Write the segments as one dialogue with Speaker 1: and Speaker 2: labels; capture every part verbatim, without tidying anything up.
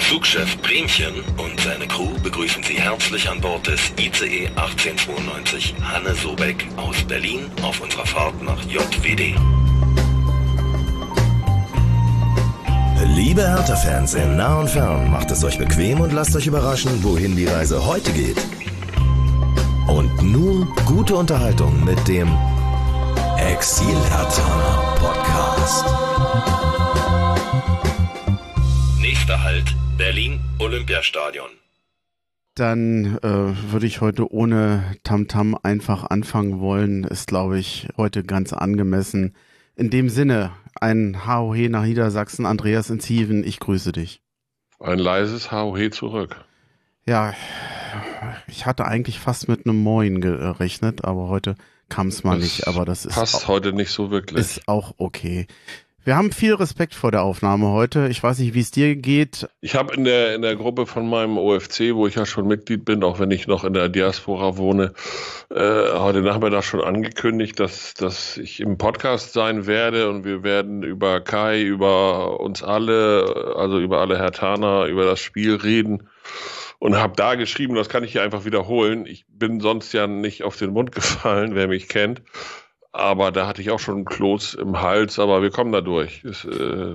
Speaker 1: Flugchef Bremchen und seine Crew begrüßen Sie herzlich an Bord des I C E achtzehnhundertzweiundneunzig Hanne Sobeck aus Berlin auf unserer Fahrt nach J W D.
Speaker 2: Liebe Hertha-Fans in nah und fern, macht es euch bequem und lasst euch überraschen, wohin die Reise heute geht. Und nun gute Unterhaltung mit dem Exil-Hertha Podcast.
Speaker 1: Nächster Halt, Berlin Olympiastadion.
Speaker 3: Dann äh, würde ich heute ohne Tamtam einfach anfangen wollen. Ist, glaube ich, heute ganz angemessen. In dem Sinne, ein H O H nach Niedersachsen. Andreas in Zieven, ich grüße dich.
Speaker 4: Ein leises H O H zurück.
Speaker 3: Ja, ich hatte eigentlich fast mit einem Moin gerechnet, aber heute kam es mal
Speaker 4: das
Speaker 3: nicht. Aber das ist
Speaker 4: passt
Speaker 3: auch,
Speaker 4: heute nicht so wirklich.
Speaker 3: Ist auch okay. Wir haben viel Respekt vor der Aufnahme heute. Ich weiß nicht, wie es dir geht.
Speaker 4: Ich habe in der in der Gruppe von meinem O F C, wo ich ja schon Mitglied bin, auch wenn ich noch in der Diaspora wohne, äh, heute Nachmittag schon angekündigt, dass, dass ich im Podcast sein werde und wir werden über Kai, über uns alle, also über alle Herthaner, über das Spiel reden. Und habe da geschrieben, das kann ich hier einfach wiederholen. Ich bin sonst ja nicht auf den Mund gefallen, wer mich kennt. Aber da hatte ich auch schon einen Kloß im Hals, aber wir kommen da durch. Das, äh,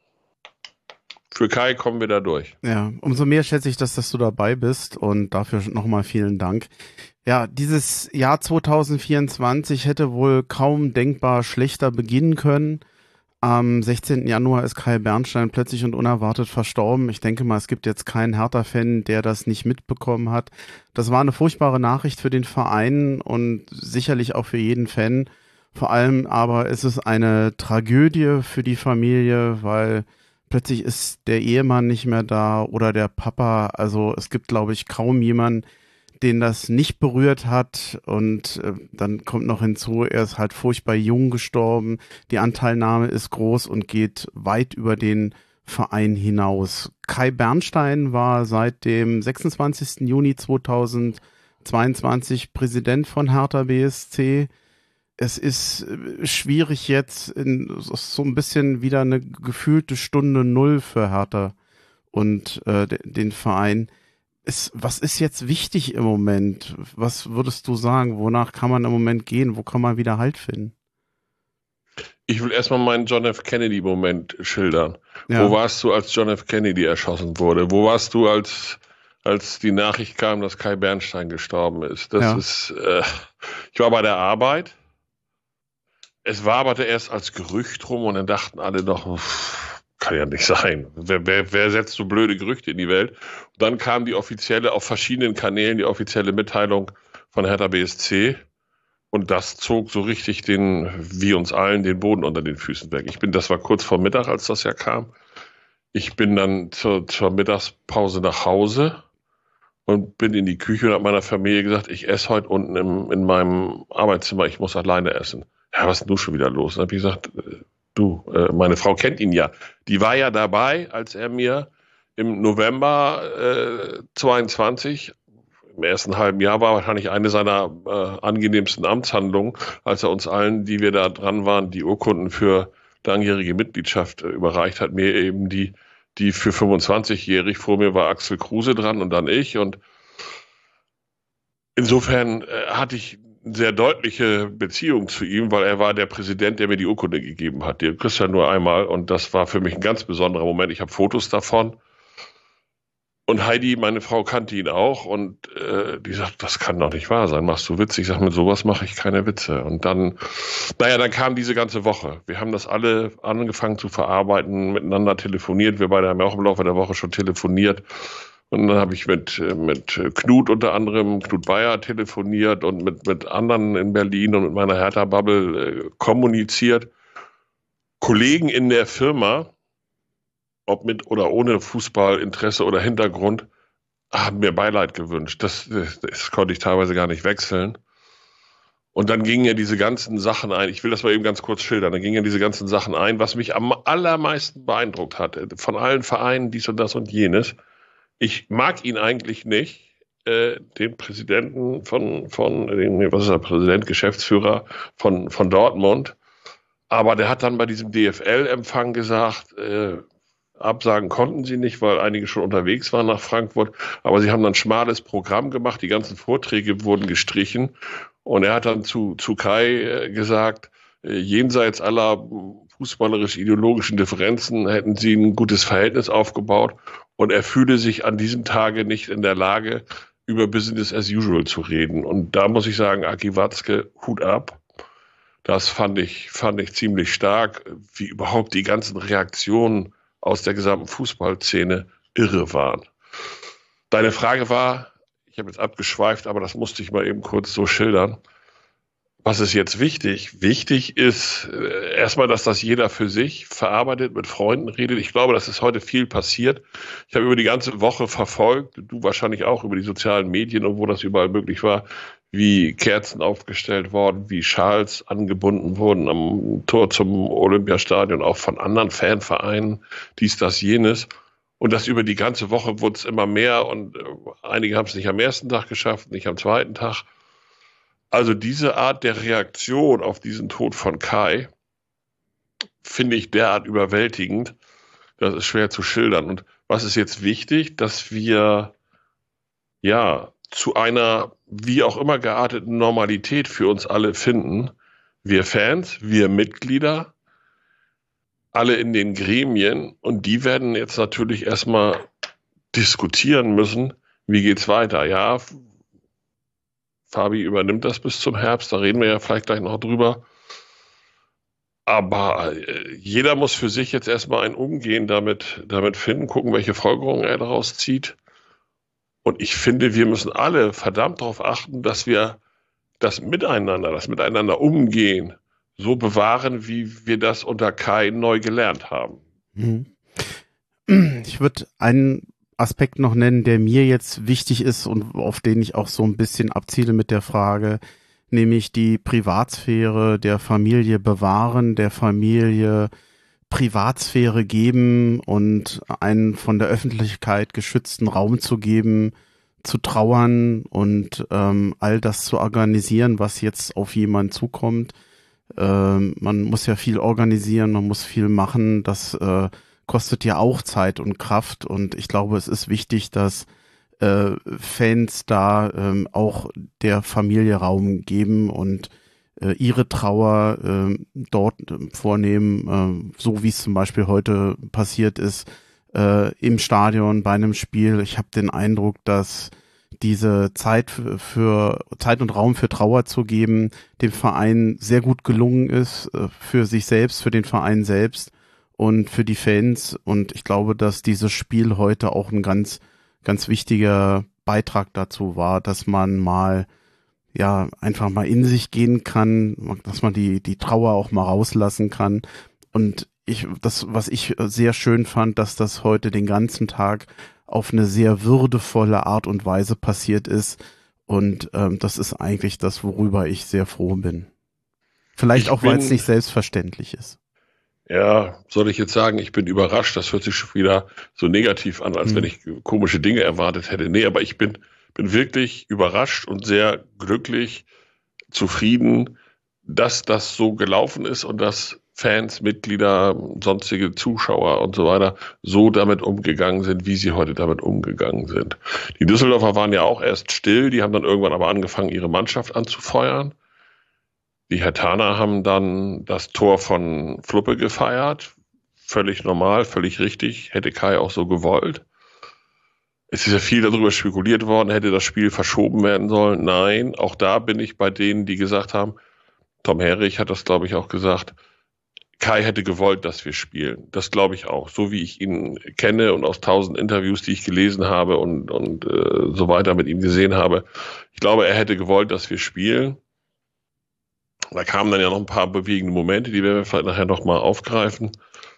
Speaker 4: für Kai kommen wir da durch.
Speaker 3: Ja, umso mehr schätze ich das, dass du dabei bist und dafür nochmal vielen Dank. Ja, dieses Jahr zwanzig vierundzwanzig hätte wohl kaum denkbar schlechter beginnen können. Am sechzehnten Januar ist Kai Bernstein plötzlich und unerwartet verstorben. Ich denke mal, es gibt jetzt keinen Hertha-Fan, der das nicht mitbekommen hat. Das war eine furchtbare Nachricht für den Verein und sicherlich auch für jeden Fan. Vor allem aber ist es eine Tragödie für die Familie, weil plötzlich ist der Ehemann nicht mehr da oder der Papa. Also es gibt, glaube ich, kaum jemanden, den das nicht berührt hat. Und äh, dann kommt noch hinzu, er ist halt furchtbar jung gestorben. Die Anteilnahme ist groß und geht weit über den Verein hinaus. Kai Bernstein war seit dem sechsundzwanzigsten Juni zweitausendzweiundzwanzig Präsident von Hertha B S C. Es ist schwierig jetzt, in, so ein bisschen wieder eine gefühlte Stunde Null für Hertha und äh, den Verein. Ist, was ist jetzt wichtig im Moment? Was würdest du sagen? Wonach kann man im Moment gehen? Wo kann man wieder Halt finden?
Speaker 4: Ich will erstmal meinen John F. Kennedy-Moment schildern.
Speaker 3: Ja.
Speaker 4: Wo warst du, als John F. Kennedy erschossen wurde? Wo warst du, als, als die Nachricht kam, dass Kai Bernstein gestorben ist? Das
Speaker 3: ja.
Speaker 4: ist, äh, ich war bei der Arbeit. Es waberte erst als Gerücht rum und dann dachten alle doch, pff, kann ja nicht sein. Wer, wer, wer setzt so blöde Gerüchte in die Welt? Und dann kam die offizielle, auf verschiedenen Kanälen, die offizielle Mitteilung von Hertha B S C. Und das zog so richtig den, wie uns allen, den Boden unter den Füßen weg. Ich bin, das war kurz vor Mittag, als das ja kam. Ich bin dann zur, zur Mittagspause nach Hause und bin in die Küche und habe meiner Familie gesagt, ich esse heute unten im, in meinem Arbeitszimmer, ich muss alleine essen. Ja, was ist denn du schon wieder los? Dann habe ich gesagt, du, äh, meine Frau kennt ihn ja. Die war ja dabei, als er mir im November äh, zweiundzwanzig, im ersten halben Jahr, war wahrscheinlich eine seiner äh, angenehmsten Amtshandlungen, als er uns allen, die wir da dran waren, die Urkunden für langjährige Mitgliedschaft äh, überreicht hat, mir eben die, die für fünfundzwanzigjährig, vor mir war Axel Kruse dran und dann ich. Und insofern äh, hatte ich eine sehr deutliche Beziehung zu ihm, weil er war der Präsident, der mir die Urkunde gegeben hat. Die kriegst du ja nur einmal und das war für mich ein ganz besonderer Moment. Ich habe Fotos davon und Heidi, meine Frau, kannte ihn auch und äh, die sagt, das kann doch nicht wahr sein, machst du Witze? Ich sage, mit sowas mache ich keine Witze. Und dann, naja, dann kam diese ganze Woche. Wir haben das alle angefangen zu verarbeiten, miteinander telefoniert. Wir beide haben ja auch im Laufe der Woche schon telefoniert. Und dann habe ich mit, mit Knut unter anderem, Knut Bayer, telefoniert und mit, mit anderen in Berlin und mit meiner Hertha-Bubble äh, kommuniziert. Kollegen in der Firma, ob mit oder ohne Fußballinteresse oder Hintergrund, haben mir Beileid gewünscht. Das, das, das konnte ich teilweise gar nicht wechseln. Und dann gingen ja diese ganzen Sachen ein, ich will das mal eben ganz kurz schildern, dann gingen ja diese ganzen Sachen ein, was mich am allermeisten beeindruckt hat, von allen Vereinen, dies und das und jenes. Ich mag ihn eigentlich nicht, äh, den Präsidenten von, von den, was ist er, Präsident, Geschäftsführer von, von Dortmund. Aber der hat dann bei diesem D F L-Empfang gesagt, äh, Absagen konnten sie nicht, weil einige schon unterwegs waren nach Frankfurt. Aber sie haben dann ein schmales Programm gemacht. Die ganzen Vorträge wurden gestrichen. Und er hat dann zu, zu Kai gesagt, jenseits aller fußballerisch-ideologischen Differenzen hätten sie ein gutes Verhältnis aufgebaut. Und er fühle sich an diesem Tage nicht in der Lage, über Business as usual zu reden. Und da muss ich sagen, Aki Watzke, Hut ab. Das fand ich, fand ich ziemlich stark, wie überhaupt die ganzen Reaktionen aus der gesamten Fußballszene irre waren. Deine Frage war, ich habe jetzt abgeschweift, aber das musste ich mal eben kurz so schildern. Was ist jetzt wichtig? Wichtig ist äh, erstmal, dass das jeder für sich verarbeitet, mit Freunden redet. Ich glaube, dass es heute viel passiert. Ich habe über die ganze Woche verfolgt, du wahrscheinlich auch über die sozialen Medien und wo das überall möglich war, wie Kerzen aufgestellt worden, wie Schals angebunden wurden am Tor zum Olympiastadion, auch von anderen Fanvereinen, dies, das, jenes. Und das über die ganze Woche wurde es immer mehr und äh, einige haben es nicht am ersten Tag geschafft, nicht am zweiten Tag. Also diese Art der Reaktion auf diesen Tod von Kai finde ich derart überwältigend, das ist schwer zu schildern. Und was ist jetzt wichtig, dass wir ja zu einer wie auch immer gearteten Normalität für uns alle finden. Wir Fans, wir Mitglieder, alle in den Gremien und die werden jetzt natürlich erstmal diskutieren müssen, wie geht's weiter. Ja, Fabi übernimmt das bis zum Herbst, da reden wir ja vielleicht gleich noch drüber. Aber äh, jeder muss für sich jetzt erstmal ein Umgehen damit, damit finden, gucken, welche Folgerungen er daraus zieht. Und ich finde, wir müssen alle verdammt darauf achten, dass wir das Miteinander, das Miteinander umgehen, so bewahren, wie wir das unter Kai neu gelernt haben.
Speaker 3: Ich würde einen Aspekt noch nennen, der mir jetzt wichtig ist und auf den ich auch so ein bisschen abziele mit der Frage, nämlich die Privatsphäre der Familie bewahren, der Familie Privatsphäre geben und einen von der Öffentlichkeit geschützten Raum zu geben, zu trauern und ähm, all das zu organisieren, was jetzt auf jemanden zukommt. Ähm, man muss ja viel organisieren, man muss viel machen, das äh, kostet ja auch Zeit und Kraft und ich glaube, es ist wichtig, dass äh, Fans da ähm, auch der Familie Raum geben und äh, ihre Trauer äh, dort äh, vornehmen, äh, so wie es zum Beispiel heute passiert ist äh, im Stadion bei einem Spiel. Ich habe den Eindruck, dass diese Zeit für, für Zeit und Raum für Trauer zu geben, dem Verein sehr gut gelungen ist, äh, für sich selbst, für den Verein selbst und für die Fans. Und ich glaube, dass dieses Spiel heute auch ein ganz, ganz wichtiger Beitrag dazu war, dass man mal, ja, einfach mal in sich gehen kann, dass man die, die Trauer auch mal rauslassen kann. Und ich, das, was ich sehr schön fand, dass das heute den ganzen Tag auf eine sehr würdevolle Art und Weise passiert ist. Und ähm, das ist eigentlich das, worüber ich sehr froh bin. Vielleicht
Speaker 4: Ich
Speaker 3: auch, weil
Speaker 4: bin-
Speaker 3: es nicht selbstverständlich ist.
Speaker 4: Ja, soll ich jetzt sagen, ich bin überrascht, das hört sich schon wieder so negativ an, als
Speaker 3: Hm.
Speaker 4: wenn ich komische Dinge erwartet hätte. Nee, aber ich bin, bin wirklich überrascht und sehr glücklich, zufrieden, dass das so gelaufen ist und dass Fans, Mitglieder, sonstige Zuschauer und so weiter so damit umgegangen sind, wie sie heute damit umgegangen sind. Die Düsseldorfer waren ja auch erst still, die haben dann irgendwann aber angefangen, ihre Mannschaft anzufeuern. Die Herthaner haben dann das Tor von Fluppe gefeiert. Völlig normal, völlig richtig. Hätte Kai auch so gewollt. Es ist ja viel darüber spekuliert worden, hätte das Spiel verschoben werden sollen. Nein, auch da bin ich bei denen, die gesagt haben, Tom Herrich hat das, glaube ich, auch gesagt, Kai hätte gewollt, dass wir spielen. Das glaube ich auch. So wie ich ihn kenne und aus tausend Interviews, die ich gelesen habe und, und äh, so weiter mit ihm gesehen habe. Ich glaube, er hätte gewollt, dass wir spielen. Da kamen dann ja noch ein paar bewegende Momente, die werden wir vielleicht nachher noch mal aufgreifen.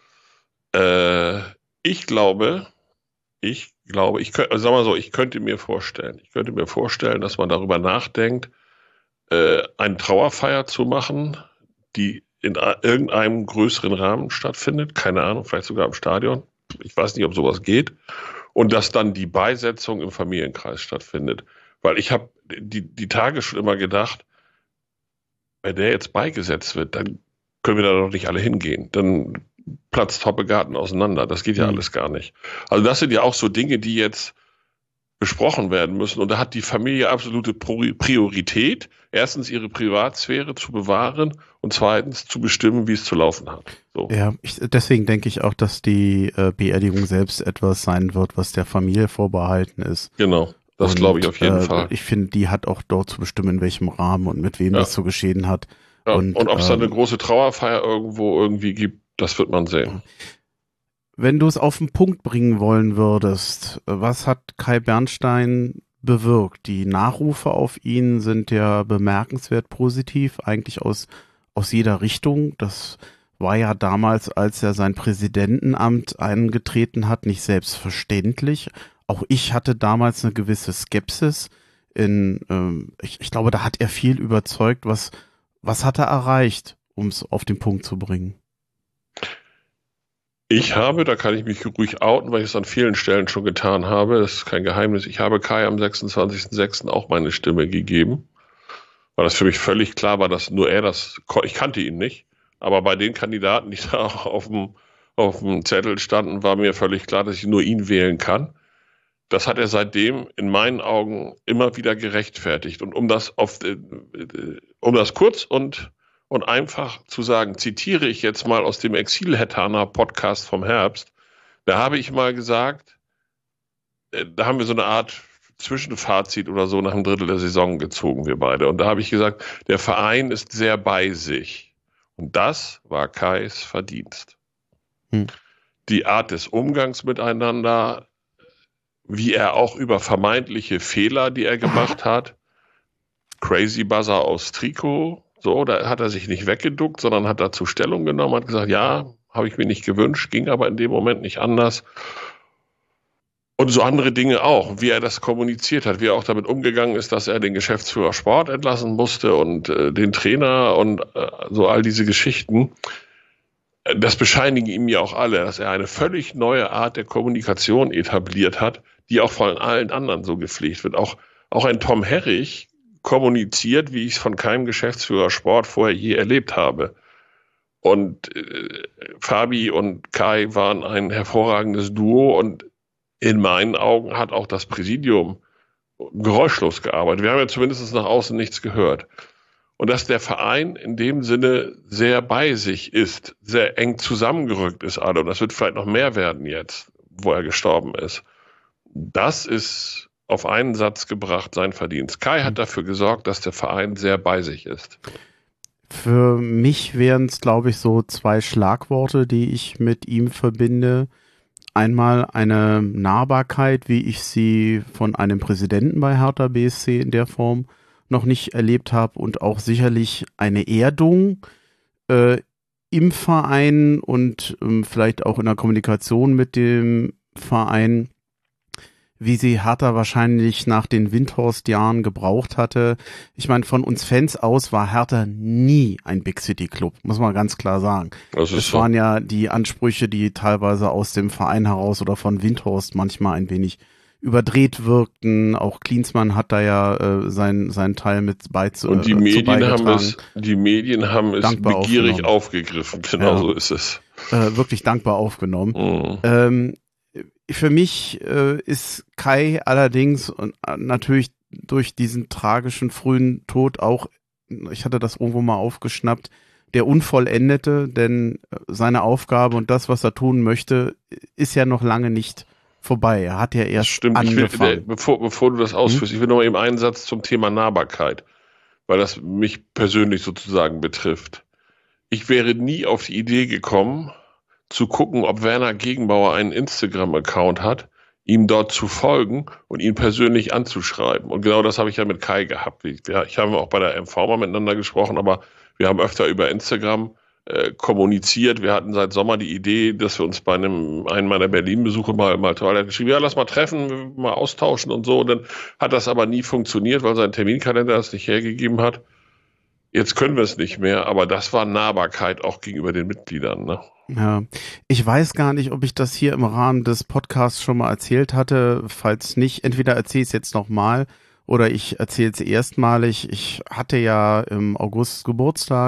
Speaker 4: Äh, ich glaube, ich glaube, ich könnte, also sag mal so, ich könnte mir vorstellen, ich könnte mir vorstellen, dass man darüber nachdenkt, äh, eine Trauerfeier zu machen, die in a- irgendeinem größeren Rahmen stattfindet, keine Ahnung, vielleicht sogar im Stadion. Ich weiß nicht, ob sowas geht. Und dass dann die Beisetzung im Familienkreis stattfindet. Weil ich habe die, die Tage schon immer gedacht, wenn der jetzt beigesetzt wird, dann können wir da doch nicht alle hingehen. Dann platzt Hoppegarten auseinander. Das geht ja
Speaker 3: Mhm.
Speaker 4: alles gar nicht. Also das sind ja auch so Dinge, die jetzt besprochen werden müssen. Und da hat die Familie absolute Priorität, erstens ihre Privatsphäre zu bewahren und zweitens zu bestimmen, wie es zu laufen hat. So.
Speaker 3: Ja, ich, deswegen denke ich auch, dass die äh, Beerdigung selbst etwas sein wird, was der Familie vorbehalten ist.
Speaker 4: Genau, das
Speaker 3: Und,
Speaker 4: glaube ich auf jeden
Speaker 3: äh,
Speaker 4: Fall.
Speaker 3: Ich finde, die hat auch dort zu bestimmen, in welchem Rahmen und mit wem
Speaker 4: Ja.
Speaker 3: das so geschehen hat.
Speaker 4: Ja.
Speaker 3: Und,
Speaker 4: Und ob es da eine
Speaker 3: ähm,
Speaker 4: große Trauerfeier irgendwo irgendwie gibt, das wird man sehen.
Speaker 3: Wenn du es auf den Punkt bringen wollen würdest, was hat Kai Bernstein bewirkt? Die Nachrufe auf ihn sind ja bemerkenswert positiv, eigentlich aus, aus jeder Richtung. Das war ja damals, als er sein Präsidentenamt eingetreten hat, nicht selbstverständlich. Auch ich hatte damals eine gewisse Skepsis. In, ähm, ich, ich glaube, da hat er viel überzeugt. Was, was hat er erreicht, um es auf den Punkt zu bringen?
Speaker 4: Ich habe, da kann ich mich ruhig outen, weil ich es an vielen Stellen schon getan habe, das ist kein Geheimnis, ich habe Kai am sechsundzwanzigsten sechsten auch meine Stimme gegeben, weil das für mich völlig klar war, dass nur er das, ich kannte ihn nicht, aber bei den Kandidaten, die da auf dem, auf dem Zettel standen, war mir völlig klar, dass ich nur ihn wählen kann. Das hat er seitdem in meinen Augen immer wieder gerechtfertigt. Und um das auf, um das kurz und Und einfach zu sagen, zitiere ich jetzt mal aus dem Exil-Hetaner-Podcast vom Herbst, da habe ich mal gesagt, da haben wir so eine Art Zwischenfazit oder so nach einem Drittel der Saison gezogen, wir beide. Und da habe ich gesagt, der Verein ist sehr bei sich. Und das war Kais Verdienst.
Speaker 3: Hm.
Speaker 4: Die Art des Umgangs miteinander, wie er auch über vermeintliche Fehler, die er gemacht hat, Crazy Buzzer aus Trikot, so, da hat er sich nicht weggeduckt, sondern hat dazu Stellung genommen, hat gesagt, ja, habe ich mir nicht gewünscht, ging aber in dem Moment nicht anders. Und so andere Dinge auch, wie er das kommuniziert hat, wie er auch damit umgegangen ist, dass er den Geschäftsführer Sport entlassen musste und äh, den Trainer und äh, so all diese Geschichten. Das bescheinigen ihm ja auch alle, dass er eine völlig neue Art der Kommunikation etabliert hat, die auch von allen anderen so gepflegt wird. Auch, auch ein Tom Herrich kommuniziert, wie ich es von keinem Geschäftsführer Sport vorher je erlebt habe. Und äh, Fabi und Kai waren ein hervorragendes Duo und in meinen Augen hat auch das Präsidium geräuschlos gearbeitet. Wir haben ja zumindest nach außen nichts gehört. Und dass der Verein in dem Sinne sehr bei sich ist, sehr eng zusammengerückt ist, alle, und das wird vielleicht noch mehr werden jetzt, wo er gestorben ist. Das ist auf einen Satz gebracht sein Verdienst. Kai hat dafür gesorgt, dass der Verein sehr bei sich ist.
Speaker 3: Für mich wären es, glaube ich, so zwei Schlagworte, die ich mit ihm verbinde. Einmal eine Nahbarkeit, wie ich sie von einem Präsidenten bei Hertha B S C in der Form noch nicht erlebt habe, und auch sicherlich eine Erdung äh, im Verein und ähm, vielleicht auch in der Kommunikation mit dem Verein, wie sie Hertha wahrscheinlich nach den Windhorst-Jahren gebraucht hatte. Ich meine, von uns Fans aus war Hertha nie ein Big City Club, muss man ganz klar sagen.
Speaker 4: Das ist
Speaker 3: Es
Speaker 4: so.
Speaker 3: waren ja die Ansprüche, die teilweise aus dem Verein heraus oder von Windhorst manchmal ein wenig überdreht wirkten. Auch Klinsmann hat da ja äh, sein, seinen Teil mit beizu,
Speaker 4: Und die
Speaker 3: äh, zu
Speaker 4: Medien haben
Speaker 3: beigetragen.
Speaker 4: es, die Medien haben es
Speaker 3: Dankbar
Speaker 4: begierig
Speaker 3: aufgenommen.
Speaker 4: aufgegriffen. Genau
Speaker 3: Ja.
Speaker 4: so ist es.
Speaker 3: Äh, wirklich dankbar aufgenommen.
Speaker 4: Mhm.
Speaker 3: Ähm, für mich äh, ist Kai allerdings und äh, natürlich durch diesen tragischen frühen Tod auch, ich hatte das irgendwo mal aufgeschnappt, der Unvollendete, denn äh, seine Aufgabe und das, was er tun möchte, ist ja noch lange nicht vorbei. Er hat ja
Speaker 4: Das
Speaker 3: erst
Speaker 4: stimmt. Ich will,
Speaker 3: angefangen.
Speaker 4: der, bevor, bevor du das ausführst, ich will noch mal eben einen Satz zum Thema Nahbarkeit, weil das mich persönlich sozusagen betrifft. Ich wäre nie auf die Idee gekommen, zu gucken, ob Werner Gegenbauer einen Instagram-Account hat, ihm dort zu folgen und ihn persönlich anzuschreiben. Und genau das habe ich ja mit Kai gehabt. Ich, ja, ich habe auch bei der M V mal miteinander gesprochen, aber wir haben öfter über Instagram äh, kommuniziert. Wir hatten seit Sommer die Idee, dass wir uns bei einem einen meiner Berlin-Besuche mal, mal toll hat geschrieben, ja, lass mal treffen, mal austauschen und so. Und dann hat das aber nie funktioniert, weil sein Terminkalender es nicht hergegeben hat. Jetzt können wir es nicht mehr, aber das war Nahbarkeit auch gegenüber den Mitgliedern, ne?
Speaker 3: Ja, ich weiß gar nicht, ob ich das hier im Rahmen des Podcasts schon mal erzählt hatte. Falls nicht, entweder erzähle ich es jetzt nochmal oder ich erzähle es erstmalig. Ich hatte ja im August Geburtstag,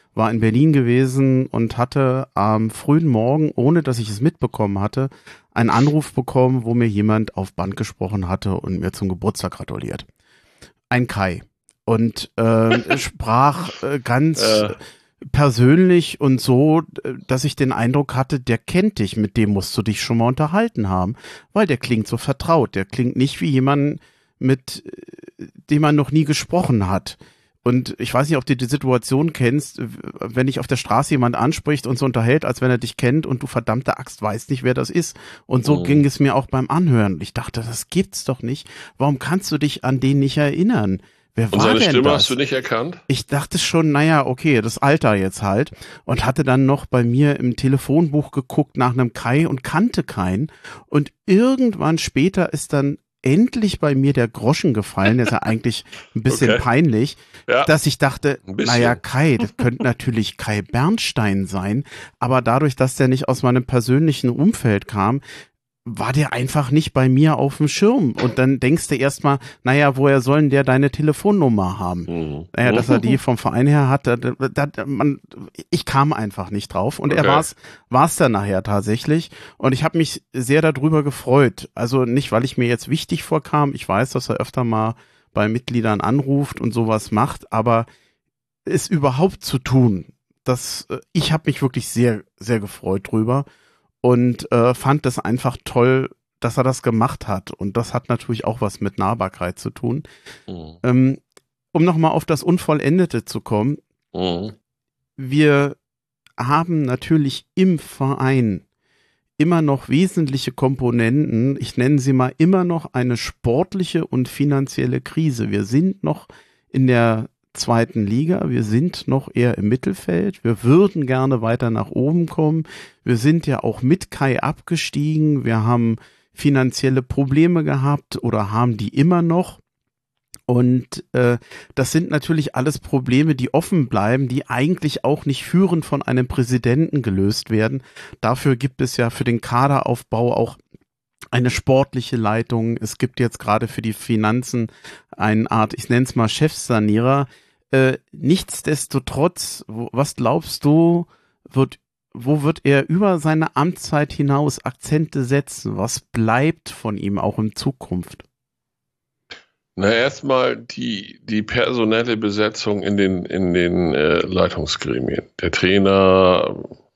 Speaker 3: war in Berlin gewesen und hatte am frühen Morgen, ohne dass ich es mitbekommen hatte, einen Anruf bekommen, wo mir jemand auf Band gesprochen hatte und mir zum Geburtstag gratuliert. Ein Kai. Und äh, sprach äh, ganz äh. persönlich und so, dass ich den Eindruck hatte, der kennt dich, mit dem musst du dich schon mal unterhalten haben, weil der klingt so vertraut. Der klingt nicht wie jemand, mit dem man noch nie gesprochen hat. Und ich weiß nicht, ob du die Situation kennst, wenn dich auf der Straße jemand anspricht und so unterhält, als wenn er dich kennt und du verdammte Axt weißt nicht, wer das ist. Und so oh. ging es mir auch beim Anhören. Ich dachte, das gibt's doch nicht. Warum kannst du dich an den nicht erinnern? Wer war
Speaker 4: und seine
Speaker 3: denn
Speaker 4: Stimme
Speaker 3: das?
Speaker 4: Hast du nicht erkannt?
Speaker 3: Ich dachte schon, naja, okay, das Alter jetzt halt. Und hatte dann noch bei mir im Telefonbuch geguckt nach einem Kai und kannte keinen. Und irgendwann später ist dann endlich bei mir der Groschen gefallen, das ist ja eigentlich ein bisschen okay. peinlich, ja. dass ich dachte, naja, Kai, das könnte natürlich Kai Bernstein sein, aber dadurch, dass der nicht aus meinem persönlichen Umfeld kam, war der einfach nicht bei mir auf dem Schirm. Und dann denkst du erstmal, naja, woher soll denn der deine Telefonnummer haben? Mhm. Naja, dass er die vom Verein her hat, da, da, man, ich kam einfach nicht drauf. Und okay. er war's, war's dann nachher tatsächlich. Und ich habe mich sehr darüber gefreut. Also nicht, weil ich mir jetzt wichtig vorkam. Ich weiß, dass er öfter mal bei Mitgliedern anruft und sowas macht, aber es überhaupt zu tun, das, ich habe mich wirklich sehr, sehr gefreut drüber. Und äh, fand das einfach toll, dass er das gemacht hat. Und das hat natürlich auch was mit Nahbarkeit zu tun. Mhm. Ähm, um nochmal auf das Unvollendete zu kommen. Mhm. Wir haben natürlich im Verein immer noch wesentliche Komponenten. Ich nenne sie mal immer noch eine sportliche und finanzielle Krise. Wir sind noch in der zweiten Liga. Wir sind noch eher im Mittelfeld. Wir würden gerne weiter nach oben kommen. Wir sind ja auch mit Kai abgestiegen. Wir haben finanzielle Probleme gehabt oder haben die immer noch. Und äh, das sind natürlich alles Probleme, die offen bleiben, die eigentlich auch nicht führend von einem Präsidenten gelöst werden. Dafür gibt es ja für den Kaderaufbau auch eine sportliche Leitung. Es gibt jetzt gerade für die Finanzen eine Art, ich nenne es mal Chefsanierer. Äh, nichtsdestotrotz, wo, was glaubst du, wird, wo wird er über seine Amtszeit hinaus Akzente setzen? Was bleibt von ihm auch in Zukunft?
Speaker 4: Na, erstmal die, die personelle Besetzung in den, in den äh, Leitungsgremien. Der Trainer,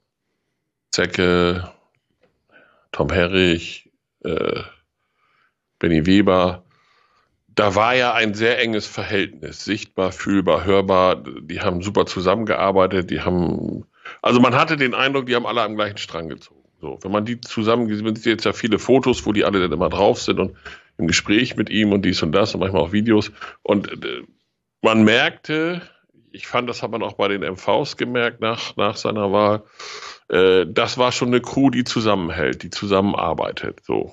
Speaker 4: Zecke, Tom Herrich, äh, Benny Weber, da war ja ein sehr enges Verhältnis, sichtbar, fühlbar, hörbar. Die haben super zusammengearbeitet, die haben, also man hatte den Eindruck, die haben alle am gleichen Strang gezogen. So, wenn man die zusammen, man sieht jetzt ja viele Fotos, wo die alle dann immer drauf sind und im Gespräch mit ihm und dies und das und manchmal auch Videos. Und äh, man merkte, ich fand, das hat man auch bei den M Vs gemerkt nach, nach seiner Wahl, äh, das war schon eine Crew, die zusammenhält, die zusammenarbeitet. So.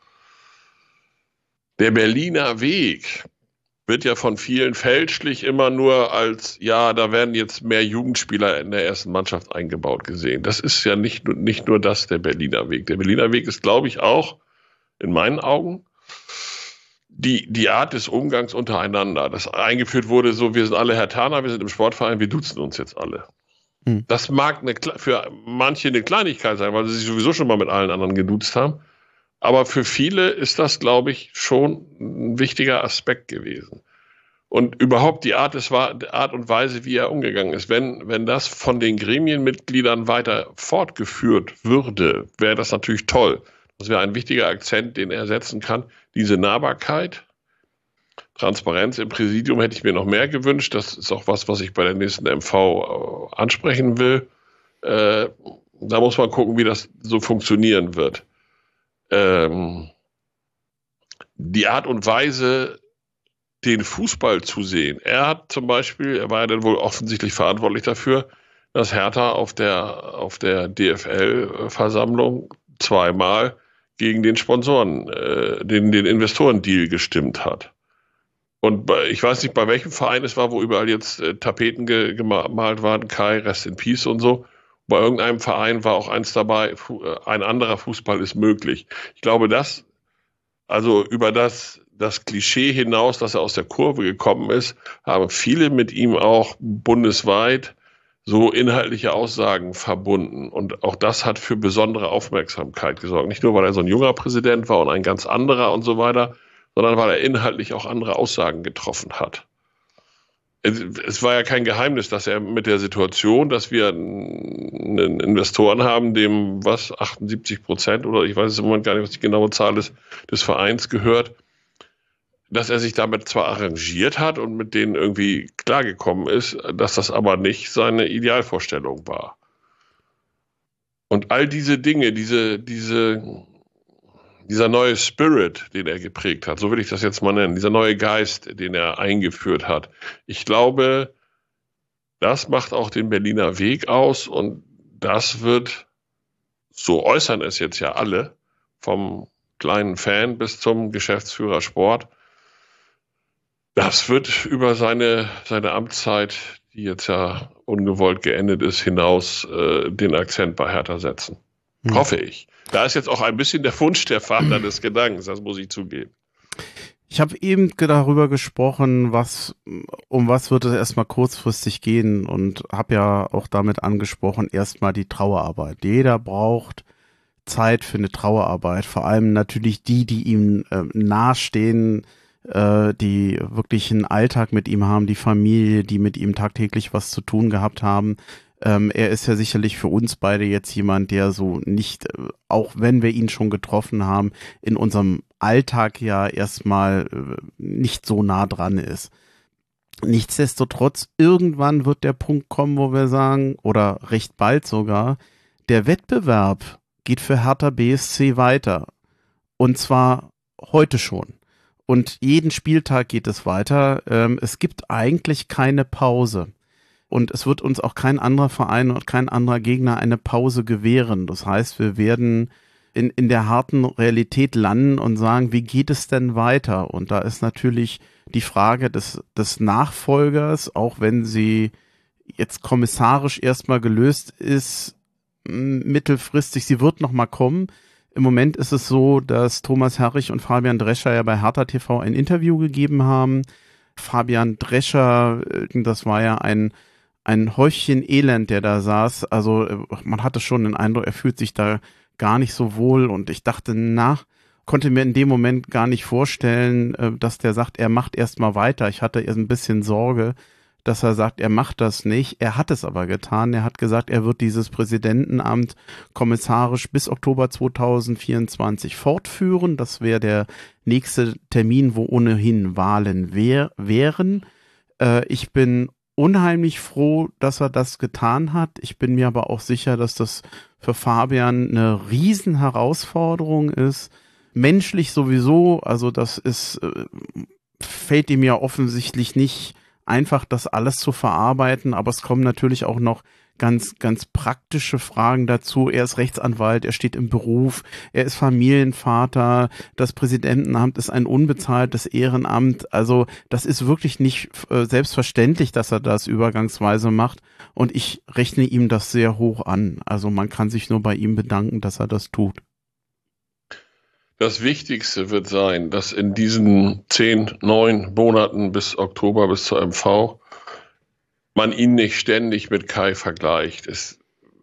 Speaker 4: Der Berliner Weg wird ja von vielen fälschlich immer nur als, ja, da werden jetzt mehr Jugendspieler in der ersten Mannschaft eingebaut gesehen. Das ist ja nicht, nicht nur das, der Berliner Weg. Der Berliner Weg ist, glaube ich, auch in meinen Augen die, die Art des Umgangs untereinander. Das eingeführt wurde so, wir sind alle Herthaner, wir sind im Sportverein, wir duzen uns jetzt alle. Hm. Das mag eine, für manche eine Kleinigkeit sein, weil sie sich sowieso schon mal mit allen anderen geduzt haben. Aber für viele ist das, glaube ich, schon ein wichtiger Aspekt gewesen. Und überhaupt die Art, des, die Art und Weise, wie er umgegangen ist. Wenn, wenn das von den Gremienmitgliedern weiter fortgeführt würde, wäre das natürlich toll. Das wäre ein wichtiger Akzent, den er setzen kann. Diese Nahbarkeit, Transparenz im Präsidium hätte ich mir noch mehr gewünscht. Das ist auch was, was ich bei der nächsten M V ansprechen will. Äh, da muss man gucken, wie das so funktionieren wird. Ähm, die Art und Weise, den Fußball zu sehen. Er hat zum Beispiel, er war ja dann wohl offensichtlich verantwortlich dafür, dass Hertha auf der, auf der D F L-Versammlung zweimal gegen den Sponsoren, äh, den, den Investorendeal gestimmt hat. Und bei, ich weiß nicht, bei welchem Verein es war, wo überall jetzt äh, Tapeten ge, gemalt waren, Kai, Rest in Peace und so. Bei irgendeinem Verein war auch eins dabei, ein anderer Fußball ist möglich. Ich glaube, das, also über das, das Klischee hinaus, dass er aus der Kurve gekommen ist, haben viele mit ihm auch bundesweit so inhaltliche Aussagen verbunden. Und auch das hat für besondere Aufmerksamkeit gesorgt. Nicht nur, weil er so ein junger Präsident war und ein ganz anderer und so weiter, sondern weil er inhaltlich auch andere Aussagen getroffen hat. Es, es war ja kein Geheimnis, dass er mit der Situation, dass wir einen Investoren haben, dem was achtundsiebzig Prozent oder ich weiß im Moment gar nicht, was die genaue Zahl ist, des Vereins gehört, dass er sich damit zwar arrangiert hat und mit denen irgendwie klargekommen ist, dass das aber nicht seine Idealvorstellung war. Und all diese Dinge, diese, diese, dieser neue Spirit, den er geprägt hat, so will ich das jetzt mal nennen, dieser neue Geist, den er eingeführt hat, ich glaube, das macht auch den Berliner Weg aus und das wird, so äußern es jetzt ja alle, vom kleinen Fan bis zum Geschäftsführer Sport, das wird über seine, seine Amtszeit, die jetzt ja ungewollt geendet ist, hinaus äh, den Akzent bei Hertha setzen. Hm. Hoffe ich. Da ist jetzt auch ein bisschen der Wunsch der Vater des Gedankens, das muss ich zugeben.
Speaker 3: Ich habe eben darüber gesprochen, was um was wird es erstmal kurzfristig gehen und habe ja auch damit angesprochen, erstmal die Trauerarbeit. Jeder braucht Zeit für eine Trauerarbeit, vor allem natürlich die, die ihm äh, nahestehen, die wirklich einen Alltag mit ihm haben, die Familie, die mit ihm tagtäglich was zu tun gehabt haben. Ähm, er ist ja sicherlich für uns beide jetzt jemand, der so nicht, auch wenn wir ihn schon getroffen haben, in unserem Alltag ja erstmal äh, nicht so nah dran ist. Nichtsdestotrotz, irgendwann wird der Punkt kommen, wo wir sagen, oder recht bald sogar, der Wettbewerb geht für Hertha B S C weiter. Und zwar heute schon. Und jeden Spieltag geht es weiter. Ähm, es gibt eigentlich keine Pause. Und es wird uns auch kein anderer Verein und kein anderer Gegner eine Pause gewähren. Das heißt, wir werden in, in der harten Realität landen und sagen, wie geht es denn weiter? Und da ist natürlich die Frage des, des Nachfolgers, auch wenn sie jetzt kommissarisch erstmal gelöst ist, mittelfristig, sie wird noch mal kommen. Im Moment ist es so, dass Thomas Herrich und Fabian Drescher ja bei Hertha T V ein Interview gegeben haben. Fabian Drescher, das war ja ein, ein Häufchen Elend, der da saß. Also man hatte schon den Eindruck, er fühlt sich da gar nicht so wohl. Und ich dachte, na, konnte mir in dem Moment gar nicht vorstellen, dass der sagt, er macht erstmal weiter. Ich hatte erst ein bisschen Sorge, dass er sagt, er macht das nicht. Er hat es aber getan. Er hat gesagt, er wird dieses Präsidentenamt kommissarisch bis Oktober zweitausendvierundzwanzig fortführen. Das wäre der nächste Termin, wo ohnehin Wahlen wär, wären. Äh, ich bin unheimlich froh, dass er das getan hat. Ich bin mir aber auch sicher, dass das für Fabian eine Riesenherausforderung ist. Menschlich sowieso, also das ist, äh, fällt ihm ja offensichtlich nicht einfach, das alles zu verarbeiten, aber es kommen natürlich auch noch ganz, ganz praktische Fragen dazu. Er ist Rechtsanwalt, er steht im Beruf, er ist Familienvater, das Präsidentenamt ist ein unbezahltes Ehrenamt, also das ist wirklich nicht äh, selbstverständlich, dass er das übergangsweise macht und ich rechne ihm das sehr hoch an. Also man kann sich nur bei ihm bedanken, dass er das tut.
Speaker 4: Das Wichtigste wird sein, dass in diesen zehn, neun Monaten bis Oktober, bis zur M V, man ihn nicht ständig mit Kai vergleicht. Es,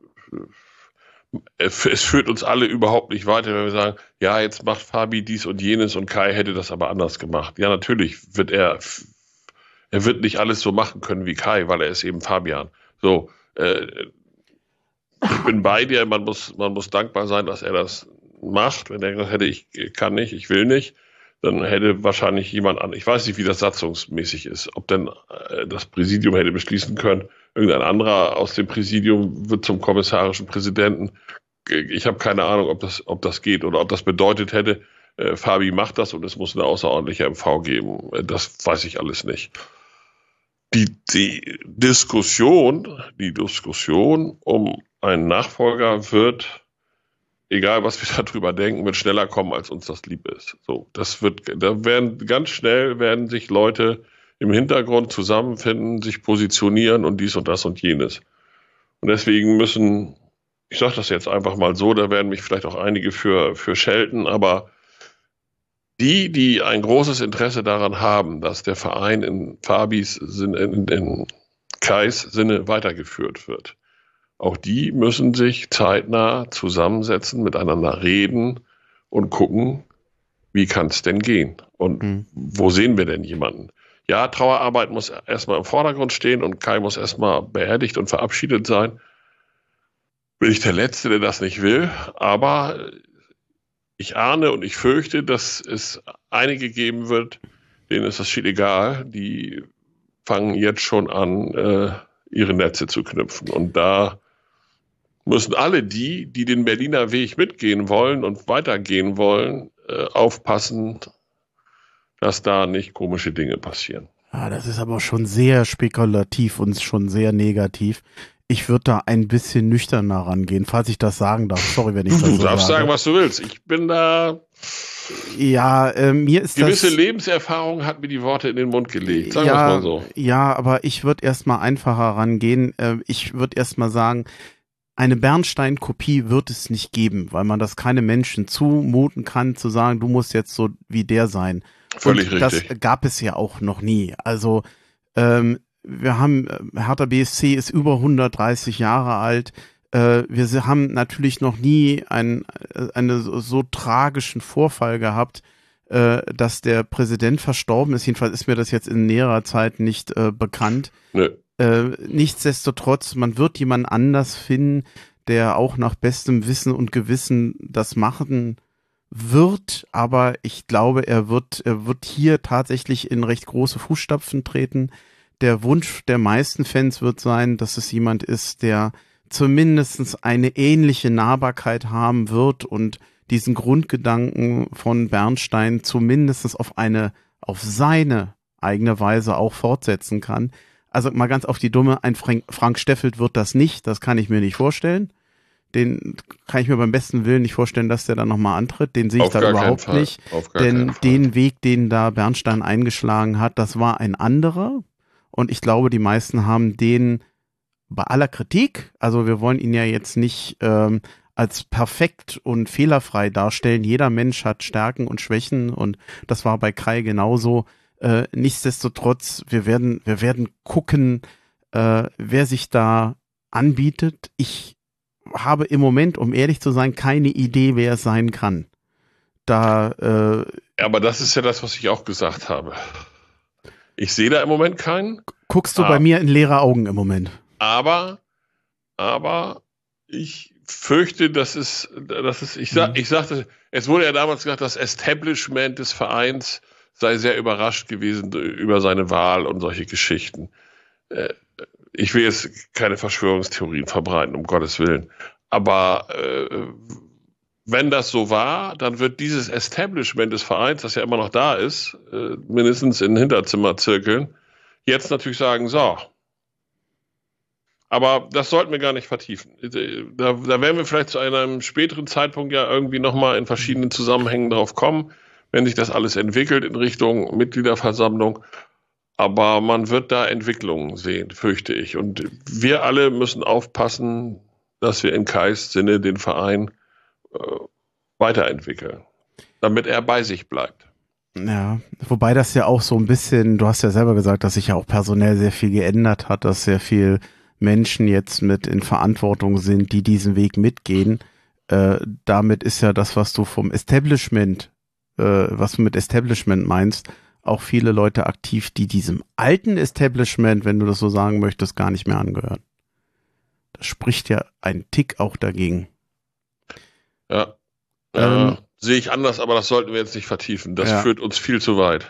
Speaker 4: es führt uns alle überhaupt nicht weiter, wenn wir sagen, ja, jetzt macht Fabi dies und jenes und Kai hätte das aber anders gemacht. Ja, natürlich wird er, er wird nicht alles so machen können wie Kai, weil er ist eben Fabian. So, äh, ich bin bei dir, man muss, man muss dankbar sein, dass er das macht. Wenn er gesagt hätte, ich kann nicht, ich will nicht, dann hätte wahrscheinlich jemand an, ich weiß nicht, wie das satzungsmäßig ist, ob denn äh, das Präsidium hätte beschließen können, irgendein anderer aus dem Präsidium wird zum kommissarischen Präsidenten. Ich habe keine Ahnung, ob das, ob das geht oder ob das bedeutet hätte, äh, Fabi macht das und es muss eine außerordentliche M V geben. Das weiß ich alles nicht. Die, die Diskussion, die Diskussion um einen Nachfolger wird, egal was wir darüber denken, wird schneller kommen, als uns das lieb ist. So, das wird, da werden ganz schnell werden sich Leute im Hintergrund zusammenfinden, sich positionieren und dies und das und jenes. Und deswegen müssen, ich sage das jetzt einfach mal so, da werden mich vielleicht auch einige für, für schelten, aber die, die ein großes Interesse daran haben, dass der Verein in Fabis, in, in, in Kais Sinne weitergeführt wird. Auch die müssen sich zeitnah zusammensetzen, miteinander reden und gucken, wie kann es denn gehen? Und mhm. wo sehen wir denn jemanden? Ja, Trauerarbeit muss erstmal im Vordergrund stehen und Kai muss erstmal beerdigt und verabschiedet sein. Bin ich der Letzte, der das nicht will, aber ich ahne und ich fürchte, dass es einige geben wird, denen ist das viel egal, die fangen jetzt schon an, äh, ihre Netze zu knüpfen. Und da müssen alle die, die den Berliner Weg mitgehen wollen und weitergehen wollen, äh, aufpassen, dass da nicht komische Dinge passieren.
Speaker 3: Ja, das ist aber schon sehr spekulativ und schon sehr negativ. Ich würde da ein bisschen nüchterner rangehen, falls ich das sagen darf. Sorry, wenn ich das so sage.
Speaker 4: Du darfst sagen, was du willst. Ich bin da...
Speaker 3: Ja, äh, mir ist
Speaker 4: gewisse
Speaker 3: das...
Speaker 4: Gewisse Lebenserfahrung hat mir die Worte in den Mund gelegt. Sagen
Speaker 3: ja,
Speaker 4: wir es mal so.
Speaker 3: Ja, aber ich würde erstmal einfacher rangehen. Äh, ich würde erstmal sagen, eine Bernstein-Kopie wird es nicht geben, weil man das keine Menschen zumuten kann, zu sagen, du musst jetzt so wie der sein.
Speaker 4: Völlig
Speaker 3: und
Speaker 4: richtig.
Speaker 3: Das gab es ja auch noch nie. Also ähm, wir haben, Hertha B S C ist über hundertdreißig Jahre alt. Äh, wir haben natürlich noch nie einen eine so, so tragischen Vorfall gehabt, äh, dass der Präsident verstorben ist. Jedenfalls ist mir das jetzt in näherer Zeit nicht äh, bekannt.
Speaker 4: Nö.
Speaker 3: Äh, nichtsdestotrotz, man wird jemanden anders finden, der auch nach bestem Wissen und Gewissen das machen wird, aber ich glaube, er wird, er wird hier tatsächlich in recht große Fußstapfen treten. Der Wunsch der meisten Fans wird sein, dass es jemand ist, der zumindest eine ähnliche Nahbarkeit haben wird und diesen Grundgedanken von Bernstein zumindest auf eine, auf seine eigene Weise auch fortsetzen kann. Also mal ganz auf die Dumme, ein Frank, Frank Steffelt wird das nicht, das kann ich mir nicht vorstellen. Den kann ich mir beim besten Willen nicht vorstellen, dass der da nochmal antritt. Den sehe ich da überhaupt nicht. Denn den Weg, den da Bernstein eingeschlagen hat, das war ein anderer. Und ich glaube, die meisten haben den bei aller Kritik, also wir wollen ihn ja jetzt nicht ähm, als perfekt und fehlerfrei darstellen. Jeder Mensch hat Stärken und Schwächen und das war bei Kai genauso. Äh, nichtsdestotrotz, wir werden, wir werden gucken, äh, wer sich da anbietet. Ich habe im Moment, um ehrlich zu sein, keine Idee, wer es sein kann. Da, äh,
Speaker 4: ja, aber das ist ja das, was ich auch gesagt habe. Ich sehe da im Moment keinen.
Speaker 3: Guckst du ah, bei mir in leere Augen im Moment.
Speaker 4: Aber, aber ich fürchte, dass es, dass es, ich sag, mhm. ich sagte, es wurde ja damals gesagt, das Establishment des Vereins sei sehr überrascht gewesen über seine Wahl und solche Geschichten. Äh, Ich will jetzt keine Verschwörungstheorien verbreiten, um Gottes Willen. Aber äh, wenn das so war, dann wird dieses Establishment des Vereins, das ja immer noch da ist, äh, mindestens in Hinterzimmerzirkeln, jetzt natürlich sagen, so. Aber das sollten wir gar nicht vertiefen. Da, da werden wir vielleicht zu einem späteren Zeitpunkt ja irgendwie nochmal in verschiedenen Zusammenhängen drauf kommen, wenn sich das alles entwickelt in Richtung Mitgliederversammlung. Aber man wird da Entwicklungen sehen, fürchte ich. Und wir alle müssen aufpassen, dass wir in Kais Sinne den Verein äh, weiterentwickeln, damit er bei sich bleibt.
Speaker 3: Ja, wobei das ja auch so ein bisschen, du hast ja selber gesagt, dass sich ja auch personell sehr viel geändert hat, dass sehr viel Menschen jetzt mit in Verantwortung sind, die diesen Weg mitgehen. Äh, damit ist ja das, was du vom Establishment, äh, was du mit Establishment meinst, auch viele Leute aktiv, die diesem alten Establishment, wenn du das so sagen möchtest, gar nicht mehr angehören. Das spricht ja ein Tick auch dagegen.
Speaker 4: Ja, ähm, äh, sehe ich anders, aber das sollten wir jetzt nicht vertiefen. Das ja. führt uns viel zu weit.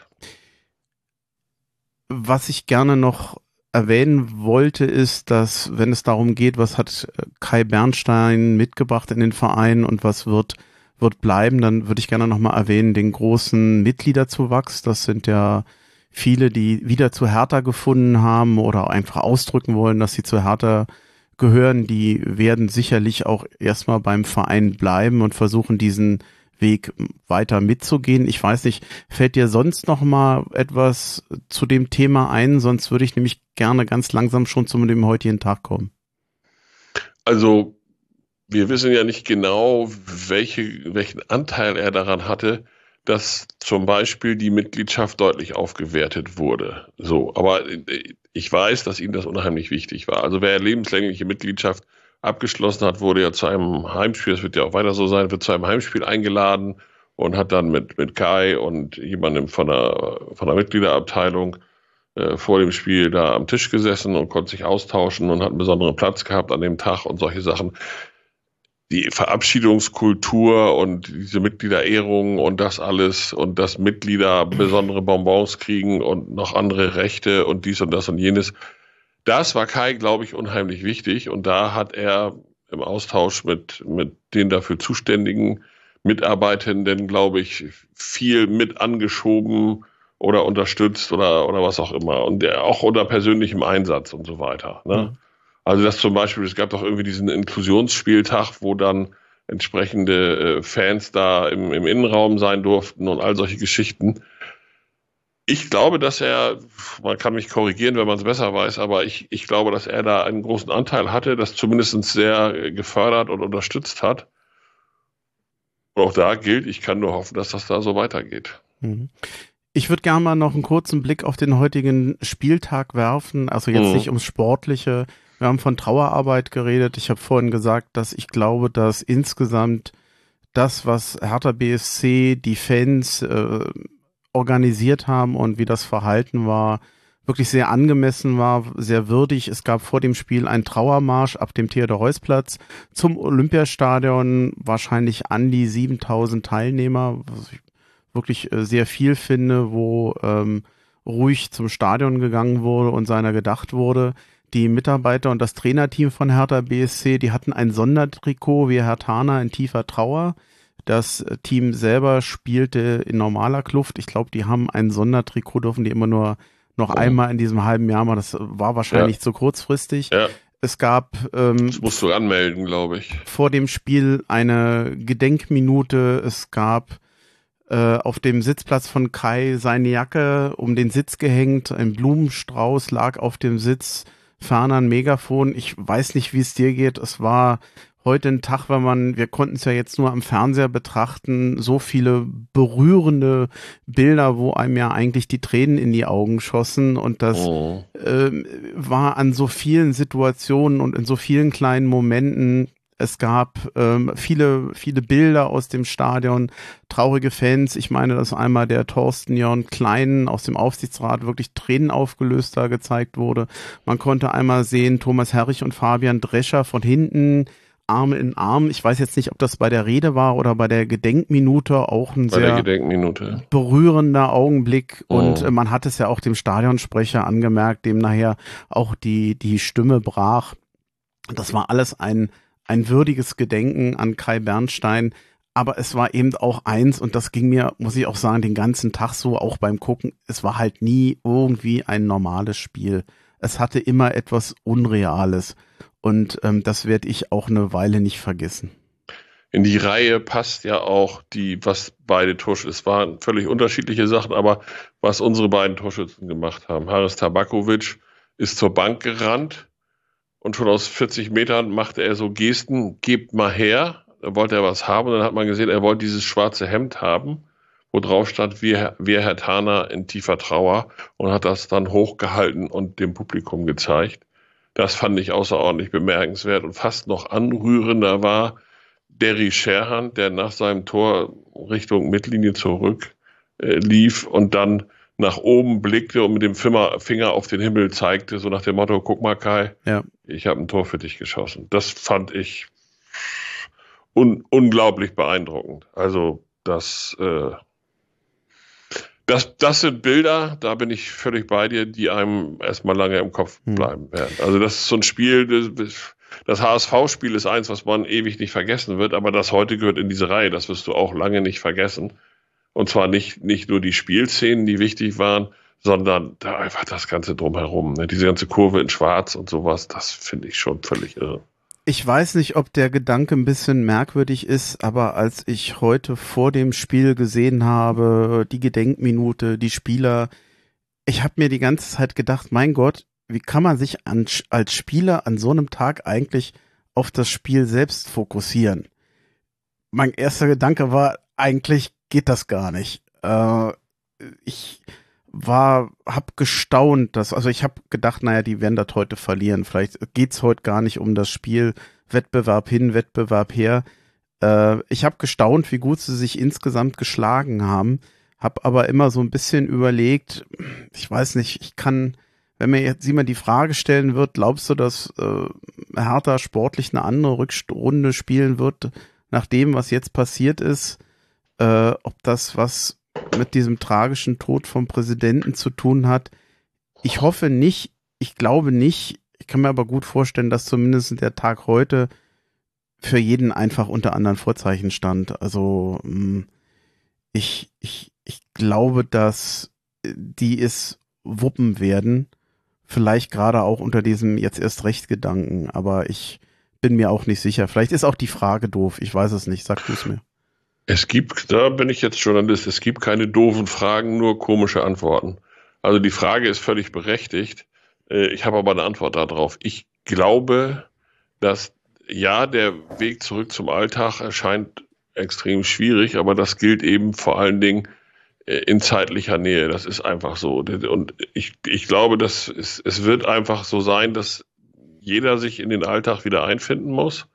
Speaker 3: Was ich gerne noch erwähnen wollte, ist, dass, wenn es darum geht, was hat Kai Bernstein mitgebracht in den Verein und was wird wird bleiben, dann würde ich gerne nochmal erwähnen, den großen Mitgliederzuwachs. Das sind ja viele, die wieder zu Hertha gefunden haben oder einfach ausdrücken wollen, dass sie zu Hertha gehören. Die werden sicherlich auch erstmal beim Verein bleiben und versuchen, diesen Weg weiter mitzugehen. Ich weiß nicht, fällt dir sonst noch mal etwas zu dem Thema ein? Sonst würde ich nämlich gerne ganz langsam schon zu dem heutigen Tag kommen.
Speaker 4: Also wir wissen ja nicht genau, welche, welchen Anteil er daran hatte, dass zum Beispiel die Mitgliedschaft deutlich aufgewertet wurde. So, aber ich weiß, dass ihm das unheimlich wichtig war. Also wer lebenslängliche Mitgliedschaft abgeschlossen hat, wurde ja zu einem Heimspiel, das wird ja auch weiter so sein, wird zu einem Heimspiel eingeladen und hat dann mit, mit Kai und jemandem von der, von der Mitgliederabteilung äh, vor dem Spiel da am Tisch gesessen und konnte sich austauschen und hat einen besonderen Platz gehabt an dem Tag und solche Sachen. Die Verabschiedungskultur und diese Mitgliederehrung und das alles und dass Mitglieder besondere Bonbons kriegen und noch andere Rechte und dies und das und jenes. Das war Kai, glaube ich, unheimlich wichtig und da hat er im Austausch mit, mit den dafür zuständigen Mitarbeitenden, glaube ich, viel mit angeschoben oder unterstützt oder, oder was auch immer und der, auch unter persönlichem Einsatz und so weiter. Ne? Mhm. Also das zum Beispiel, es gab doch irgendwie diesen Inklusionsspieltag, wo dann entsprechende äh, Fans da im, im Innenraum sein durften und all solche Geschichten. Ich glaube, dass er, man kann mich korrigieren, wenn man es besser weiß, aber ich, ich glaube, dass er da einen großen Anteil hatte, das zumindest sehr gefördert und unterstützt hat. Und auch da gilt, ich kann nur hoffen, dass das da so weitergeht.
Speaker 3: Mhm. Ich würde gerne mal noch einen kurzen Blick auf den heutigen Spieltag werfen, also jetzt mhm. nicht ums Sportliche. Wir haben von Trauerarbeit geredet. Ich habe vorhin gesagt, dass ich glaube, dass insgesamt das, was Hertha B S C, die Fans äh, organisiert haben und wie das Verhalten war, wirklich sehr angemessen war, sehr würdig. Es gab vor dem Spiel einen Trauermarsch ab dem Theodor-Heuss-Platz zum Olympiastadion, wahrscheinlich an die siebentausend Teilnehmer, was ich wirklich äh, sehr viel finde, wo ähm, ruhig zum Stadion gegangen wurde und seiner gedacht wurde. Die Mitarbeiter und das Trainerteam von Hertha B S C, die hatten ein Sondertrikot wie Herthaner in tiefer Trauer. Das Team selber spielte in normaler Kluft. Ich glaube, die haben ein Sondertrikot, dürfen die immer nur noch oh. einmal in diesem halben Jahr machen. Das war wahrscheinlich ja. zu kurzfristig. Ja. Es gab ähm,
Speaker 4: das musst du anmelden, glaube ich.
Speaker 3: Vor dem Spiel eine Gedenkminute. Es gab äh, auf dem Sitzplatz von Kai seine Jacke um den Sitz gehängt. Ein Blumenstrauß lag auf dem Sitz. Ferner ein Megafon. Ich weiß nicht, wie es dir geht. Es war heute ein Tag, wenn man, wir konnten es ja jetzt nur am Fernseher betrachten, so viele berührende Bilder, wo einem ja eigentlich die Tränen in die Augen schossen und das oh. äh, war an so vielen Situationen und in so vielen kleinen Momenten. Es gab ähm, viele, viele Bilder aus dem Stadion, traurige Fans. Ich meine, dass einmal der Thorsten Jörn Klein aus dem Aufsichtsrat wirklich Tränen aufgelöst da gezeigt wurde. Man konnte einmal sehen, Thomas Herrich und Fabian Drescher von hinten, Arm in Arm. Ich weiß jetzt nicht, ob das bei der Rede war oder bei der Gedenkminute, auch ein bei sehr berührender Augenblick. Oh. Und äh, man hat es ja auch dem Stadionsprecher angemerkt, dem nachher auch die, die Stimme brach. Das war alles ein Ein würdiges Gedenken an Kai Bernstein, aber es war eben auch eins, und das ging mir, muss ich auch sagen, den ganzen Tag so, auch beim Gucken, es war halt nie irgendwie ein normales Spiel. Es hatte immer etwas Unreales und ähm, das werde ich auch eine Weile nicht vergessen.
Speaker 4: In die Reihe passt ja auch die, was beide Torschützen, es waren völlig unterschiedliche Sachen, aber was unsere beiden Torschützen gemacht haben. Haris Tabakovic ist zur Bank gerannt. Und schon aus vierzig Metern machte er so Gesten, gebt mal her. Da wollte er was haben. Und dann hat man gesehen, er wollte dieses schwarze Hemd haben, wo drauf stand, wir, wir Herthaner in tiefer Trauer. Und hat das dann hochgehalten und dem Publikum gezeigt. Das fand ich außerordentlich bemerkenswert. Und fast noch anrührender war Derry Scherhan, der nach seinem Tor Richtung Mittellinie zurück äh, lief und dann nach oben blickte und mit dem Finger auf den Himmel zeigte, so nach dem Motto, guck mal Kai, ja. ich habe ein Tor für dich geschossen. Das fand ich un- unglaublich beeindruckend. Also das, äh, das, das sind Bilder, da bin ich völlig bei dir, die einem erstmal lange im Kopf bleiben werden. Also das ist so ein Spiel, das, das H S V-Spiel ist eins, was man ewig nicht vergessen wird, aber das heute gehört in diese Reihe, das wirst du auch lange nicht vergessen. Und zwar nicht, nicht nur die Spielszenen, die wichtig waren, sondern da einfach das Ganze drumherum. Ne? Diese ganze Kurve in Schwarz und sowas, das finde ich schon völlig irre.
Speaker 3: Ich weiß nicht, ob der Gedanke ein bisschen merkwürdig ist, aber als ich heute vor dem Spiel gesehen habe, die Gedenkminute, die Spieler, ich habe mir die ganze Zeit gedacht, mein Gott, wie kann man sich an, als Spieler an so einem Tag eigentlich auf das Spiel selbst fokussieren? Mein erster Gedanke war, eigentlich geht das gar nicht. Äh, ich war, hab gestaunt, dass, also ich habe gedacht, naja, die werden das heute verlieren. Vielleicht geht's heute gar nicht um das Spiel, Wettbewerb hin, Wettbewerb her. Äh, ich habe gestaunt, wie gut sie sich insgesamt geschlagen haben, habe aber immer so ein bisschen überlegt, ich weiß nicht, ich kann, wenn mir jetzt jemand die Frage stellen wird, glaubst du, dass äh, Hertha sportlich eine andere Rückrunde spielen wird, nach dem, was jetzt passiert ist, äh, ob das was mit diesem tragischen Tod vom Präsidenten zu tun hat? Ich hoffe nicht, ich glaube nicht, ich kann mir aber gut vorstellen, dass zumindest der Tag heute für jeden einfach unter anderen Vorzeichen stand. Also ich, ich, ich glaube, dass die es wuppen werden, vielleicht gerade auch unter diesem jetzt erst recht Gedanken, aber ich bin mir auch nicht sicher. Vielleicht ist auch die Frage doof, ich weiß es nicht, sag du es mir.
Speaker 4: Es gibt, da bin ich jetzt Journalist, es gibt keine doofen Fragen, nur komische Antworten. Also die Frage ist völlig berechtigt. Ich habe aber eine Antwort darauf. Ich glaube, dass ja, der Weg zurück zum Alltag erscheint extrem schwierig, aber das gilt eben vor allen Dingen in zeitlicher Nähe. Das ist einfach so. Und ich, ich glaube, dass es, es wird einfach so sein, dass jeder sich in den Alltag wieder einfinden muss.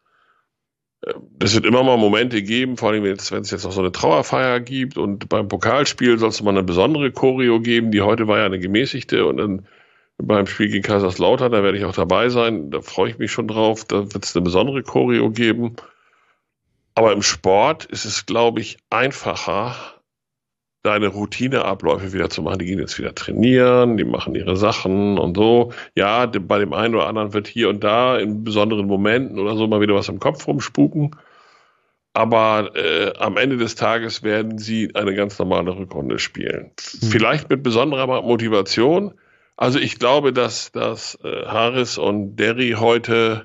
Speaker 4: Es wird immer mal Momente geben, vor allem wenn es jetzt noch so eine Trauerfeier gibt und beim Pokalspiel soll es mal eine besondere Choreo geben, die heute war ja eine gemäßigte und dann beim Spiel gegen Kaiserslautern, da werde ich auch dabei sein, da freue ich mich schon drauf, da wird es eine besondere Choreo geben. Aber im Sport ist es, glaube ich, einfacher, deine Routineabläufe wieder zu machen. Die gehen jetzt wieder trainieren, die machen ihre Sachen und so. Ja, bei dem einen oder anderen wird hier und da in besonderen Momenten oder so mal wieder was im Kopf rumspuken. Aber äh, am Ende des Tages werden sie eine ganz normale Rückrunde spielen. Mhm. Vielleicht mit besonderer Motivation. Also ich glaube, dass, dass äh, Haris und Derry heute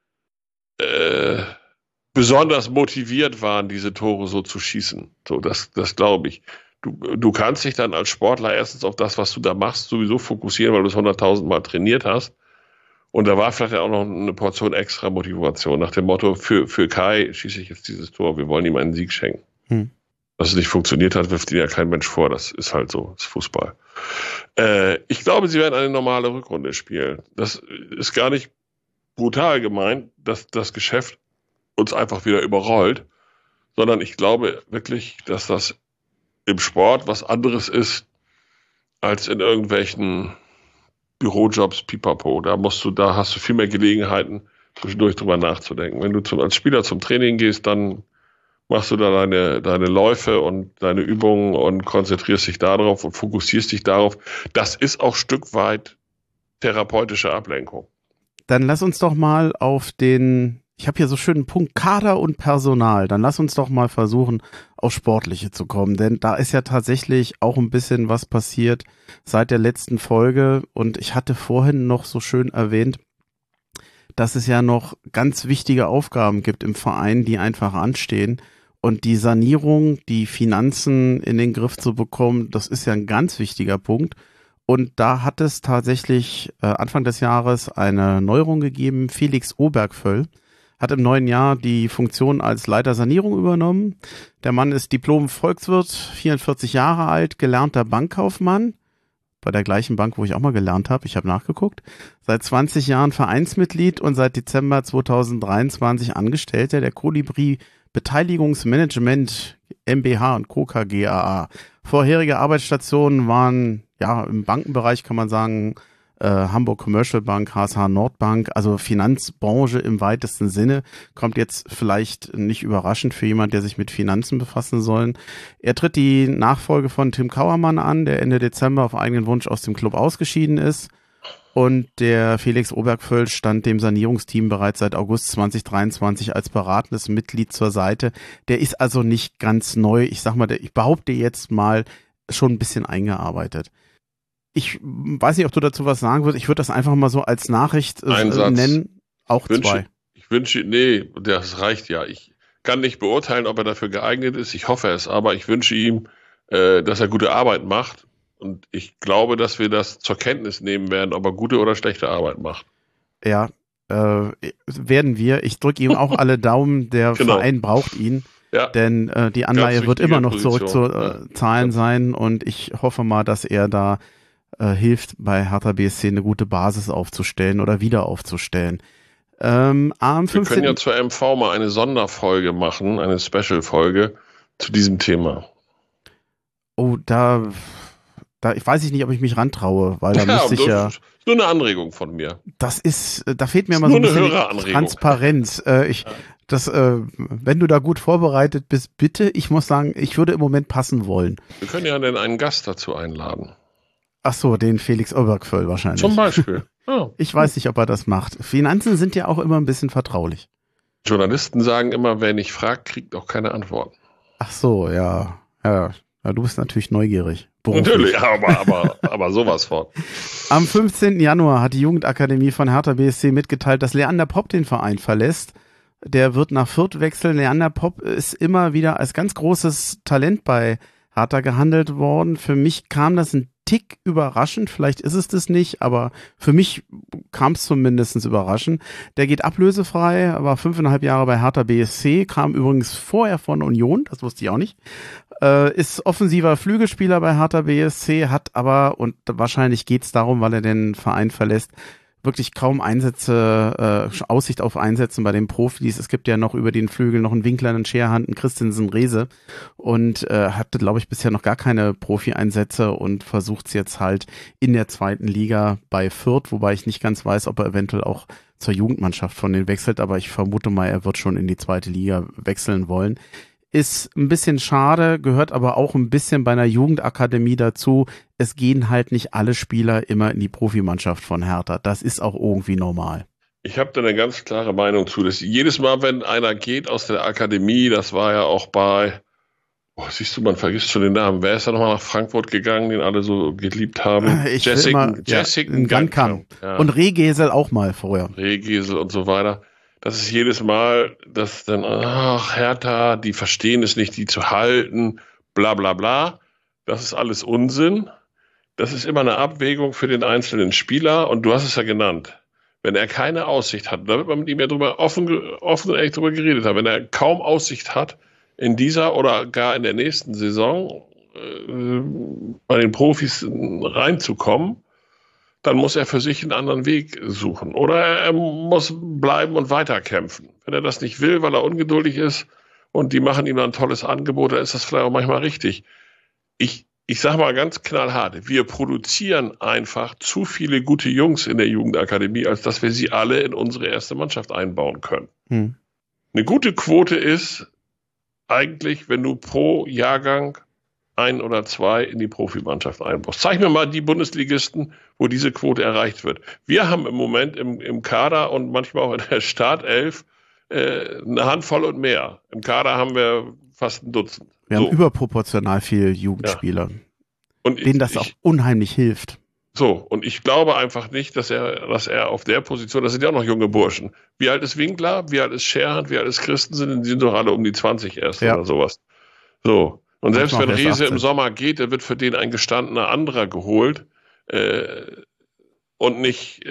Speaker 4: äh, besonders motiviert waren, diese Tore so zu schießen. So, das, das glaube ich. Du, du kannst dich dann als Sportler erstens auf das, was du da machst, sowieso fokussieren, weil du es hunderttausend Mal trainiert hast. Und da war vielleicht auch noch eine Portion extra Motivation nach dem Motto, für, für Kai schieße ich jetzt dieses Tor, wir wollen ihm einen Sieg schenken. Hm. Dass es nicht funktioniert hat, wirft ihn ja kein Mensch vor, das ist halt so, das ist Fußball. Äh, ich glaube, sie werden eine normale Rückrunde spielen. Das ist gar nicht brutal gemeint, dass das Geschäft uns einfach wieder überrollt, sondern ich glaube wirklich, dass das im Sport was anderes ist als in irgendwelchen Bürojobs, pipapo. Da musst du, da hast du viel mehr Gelegenheiten, zwischendurch drüber nachzudenken. Wenn du zum, als Spieler zum Training gehst, dann machst du da deine, deine Läufe und deine Übungen und konzentrierst dich darauf und fokussierst dich darauf. Das ist auch ein Stück weit therapeutische Ablenkung.
Speaker 3: Dann lass uns doch mal auf den, ich habe hier so schön einen Punkt Kader und Personal, dann lass uns doch mal versuchen, auf Sportliche zu kommen, denn da ist ja tatsächlich auch ein bisschen was passiert seit der letzten Folge und ich hatte vorhin noch so schön erwähnt, dass es ja noch ganz wichtige Aufgaben gibt im Verein, die einfach anstehen und die Sanierung, die Finanzen in den Griff zu bekommen, das ist ja ein ganz wichtiger Punkt. Und da hat es tatsächlich äh, Anfang des Jahres eine Neuerung gegeben. Felix Obergvöll hat im neuen Jahr die Funktion als Leiter Sanierung übernommen. Der Mann ist Diplom-Volkswirt, vierundvierzig Jahre alt, gelernter Bankkaufmann, bei der gleichen Bank, wo ich auch mal gelernt habe. Ich habe nachgeguckt. Seit zwanzig Jahren Vereinsmitglied und seit Dezember zweitausenddreiundzwanzig Angestellter der Kolibri Beteiligungsmanagement GmbH und Co. K G A A. Vorherige Arbeitsstationen waren ja im Bankenbereich, kann man sagen, äh, Hamburg Commercial Bank, H S H Nordbank, also Finanzbranche im weitesten Sinne. Kommt jetzt vielleicht nicht überraschend für jemand, der sich mit Finanzen befassen soll. Er tritt die Nachfolge von Tim Kauermann an, der Ende Dezember auf eigenen Wunsch aus dem Club ausgeschieden ist. Und der Felix Obergvöll stand dem Sanierungsteam bereits seit August zweitausenddreiundzwanzig als beratendes Mitglied zur Seite. Der ist also nicht ganz neu. Ich sag mal, der, ich behaupte jetzt mal, schon ein bisschen eingearbeitet. Ich weiß nicht, ob du dazu was sagen würdest. Ich würde das einfach mal so als Nachricht äh, nennen. Auch
Speaker 4: ich wünsche,
Speaker 3: zwei.
Speaker 4: Ich wünsche, nee, das reicht ja. Ich kann nicht beurteilen, ob er dafür geeignet ist. Ich hoffe es, aber ich wünsche ihm, äh, dass er gute Arbeit macht. Und ich glaube, dass wir das zur Kenntnis nehmen werden, ob er gute oder schlechte Arbeit macht.
Speaker 3: Ja, äh, werden wir. Ich drücke ihm auch alle Daumen. Der genau. Verein braucht ihn. Ja. Denn äh, die Anleihe wird immer noch zurückzuzahlen
Speaker 4: ja.
Speaker 3: sein und ich hoffe mal, dass er da äh, hilft, bei Hertha B S C eine gute Basis aufzustellen oder wieder aufzustellen. Ähm, am
Speaker 4: Wir können ja zur M V mal eine Sonderfolge machen, eine Special-Folge zu diesem Thema.
Speaker 3: Oh, da, da ich weiß ich nicht, ob ich mich rantraue, weil da
Speaker 4: ja,
Speaker 3: müsste ich ja...
Speaker 4: Ist nur eine Anregung von mir.
Speaker 3: Das ist, da fehlt mir immer so ein bisschen Transparenz. Äh, ich,
Speaker 4: ja.
Speaker 3: das, äh, wenn du da gut vorbereitet bist, bitte, ich muss sagen, ich würde im Moment passen wollen.
Speaker 4: Wir können ja dann einen Gast dazu einladen.
Speaker 3: Ach so, den Felix Obergföll wahrscheinlich.
Speaker 4: Zum Beispiel. Ja.
Speaker 3: Ich weiß nicht, ob er das macht. Finanzen sind ja auch immer ein bisschen vertraulich.
Speaker 4: Journalisten sagen immer, wer nicht fragt, kriegt auch keine Antworten.
Speaker 3: Ach so, ja. Ja, ja du bist natürlich neugierig. Beruflich.
Speaker 4: Natürlich, aber, aber, aber sowas von.
Speaker 3: Am fünfzehnten Januar hat die Jugendakademie von Hertha B S C mitgeteilt, dass Leander Popp den Verein verlässt. Der wird nach Fürth wechseln. Leander Popp ist immer wieder als ganz großes Talent bei Hertha gehandelt worden. Für mich kam das ein Tick überraschend, vielleicht ist es das nicht, aber für mich kam es zumindest überraschend. Der geht ablösefrei, war fünfeinhalb Jahre bei Hertha B S C, kam übrigens vorher von Union, das wusste ich auch nicht, äh, ist offensiver Flügelspieler bei Hertha B S C, hat aber, und wahrscheinlich geht es darum, weil er den Verein verlässt, wirklich kaum Einsätze, äh, Aussicht auf Einsätzen bei den Profis. Es gibt ja noch über den Flügel noch einen Winkler, einen Scherhand, einen Christensen, Rehse und äh, hatte, glaube ich, bisher noch gar keine Profi-Einsätze und versucht es jetzt halt in der zweiten Liga bei Fürth, wobei ich nicht ganz weiß, ob er eventuell auch zur Jugendmannschaft von denen wechselt, aber ich vermute mal, er wird schon in die zweite Liga wechseln wollen. Ist ein bisschen schade, gehört aber auch ein bisschen bei einer Jugendakademie dazu. Es gehen halt nicht alle Spieler immer in die Profimannschaft von Hertha. Das ist auch irgendwie normal.
Speaker 4: Ich habe da eine ganz klare Meinung zu. Dass jedes Mal, wenn einer geht aus der Akademie, das war ja auch bei, oh, siehst du, man vergisst schon den Namen. Wer ist da nochmal nach Frankfurt gegangen, den alle so geliebt haben?
Speaker 3: Ich Jessica, immer, Jessica ja, Gankam. Ja. Und Rehgesel auch mal vorher.
Speaker 4: Rehgesel und so weiter. Das ist jedes Mal, dass dann, ach, Hertha, die verstehen es nicht, die zu halten, bla bla bla. Das ist alles Unsinn. Das ist immer eine Abwägung für den einzelnen Spieler und du hast es ja genannt. Wenn er keine Aussicht hat, da wird man mit ihm ja drüber offen, offen und ehrlich drüber geredet haben, wenn er kaum Aussicht hat, in dieser oder gar in der nächsten Saison äh, bei den Profis reinzukommen, dann muss er für sich einen anderen Weg suchen. Oder er muss bleiben und weiterkämpfen. Wenn er das nicht will, weil er ungeduldig ist und die machen ihm dann ein tolles Angebot, dann ist das vielleicht auch manchmal richtig. Ich, ich sage mal ganz knallhart, wir produzieren einfach zu viele gute Jungs in der Jugendakademie, als dass wir sie alle in unsere erste Mannschaft einbauen können. Hm. Eine gute Quote ist eigentlich, wenn du pro Jahrgang ein oder zwei in die Profimannschaft einbaust. Zeig mir mal die Bundesligisten, wo diese Quote erreicht wird. Wir haben im Moment im, im Kader und manchmal auch in der Startelf äh, eine Handvoll und mehr. Im Kader haben wir fast ein Dutzend.
Speaker 3: Wir so. haben überproportional viele Jugendspieler, ja. und denen das ich, auch unheimlich hilft.
Speaker 4: So, und ich glaube einfach nicht, dass er, dass er auf der Position, das sind ja auch noch junge Burschen. Wie alt ist Winkler, wie alt ist Scherhand, wie alt ist Christensen, die sind doch alle um die zwanzig erst ja. oder sowas. So. Und selbst wenn Rehse im Sommer geht, dann wird für den ein gestandener anderer geholt äh, und nicht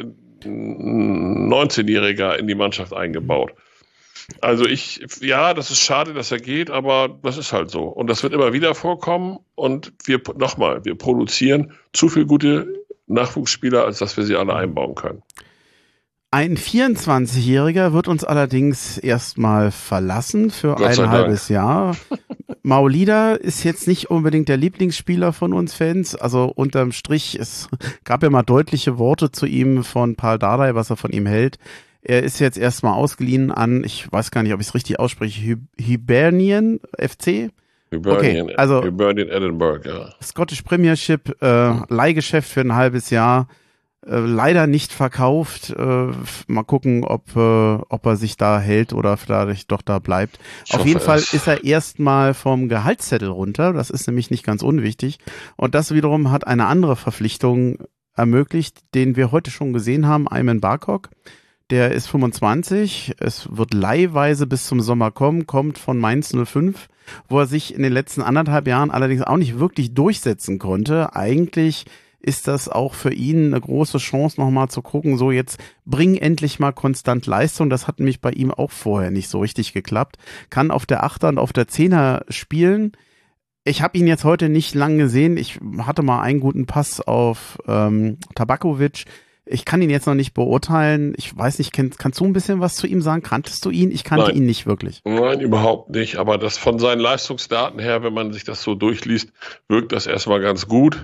Speaker 4: ein neunzehnjähriger in die Mannschaft eingebaut. Also ich, ja, das ist schade, dass er geht, aber das ist halt so. Und das wird immer wieder vorkommen und wir, nochmal, wir produzieren zu viele gute Nachwuchsspieler, als dass wir sie alle einbauen können.
Speaker 3: Ein vierundzwanzigjähriger wird uns allerdings erstmal verlassen für ein halbes Jahr. Maolida ist jetzt nicht unbedingt der Lieblingsspieler von uns Fans. Also unterm Strich, es gab ja mal deutliche Worte zu ihm von Paul Dardai, was er von ihm hält. Er ist jetzt erstmal ausgeliehen an, ich weiß gar nicht, ob ich es richtig ausspreche, Hibernian F C.
Speaker 4: Hibernian,
Speaker 3: okay, also
Speaker 4: Hibernian Edinburgh, ja.
Speaker 3: Scottish Premiership, äh, Leihgeschäft für ein halbes Jahr. Äh, leider nicht verkauft. Äh, mal gucken, ob, äh, ob er sich da hält oder vielleicht doch da bleibt. Ich Auf jeden Fall es. ist er erstmal vom Gehaltszettel runter. Das ist nämlich nicht ganz unwichtig. Und das wiederum hat eine andere Verpflichtung ermöglicht, den wir heute schon gesehen haben, Ayman Barkok. Der ist fünfundzwanzig. Es wird leihweise bis zum Sommer kommen, kommt von Mainz null fünf, wo er sich in den letzten anderthalb Jahren allerdings auch nicht wirklich durchsetzen konnte. Eigentlich ist das auch für ihn eine große Chance, nochmal zu gucken, so jetzt bring endlich mal konstant Leistung. Das hat nämlich bei ihm auch vorher nicht so richtig geklappt. Kann auf der Achter und auf der Zehner spielen. Ich habe ihn jetzt heute nicht lang gesehen. Ich hatte mal einen guten Pass auf ähm, Tabakovic. Ich kann ihn jetzt noch nicht beurteilen. Ich weiß nicht, kann, kannst du ein bisschen was zu ihm sagen? Kanntest du ihn? Ich kannte
Speaker 4: Nein.
Speaker 3: ihn nicht wirklich.
Speaker 4: Nein, überhaupt nicht. Aber das von seinen Leistungsdaten her, wenn man sich das so durchliest, wirkt das erstmal ganz gut.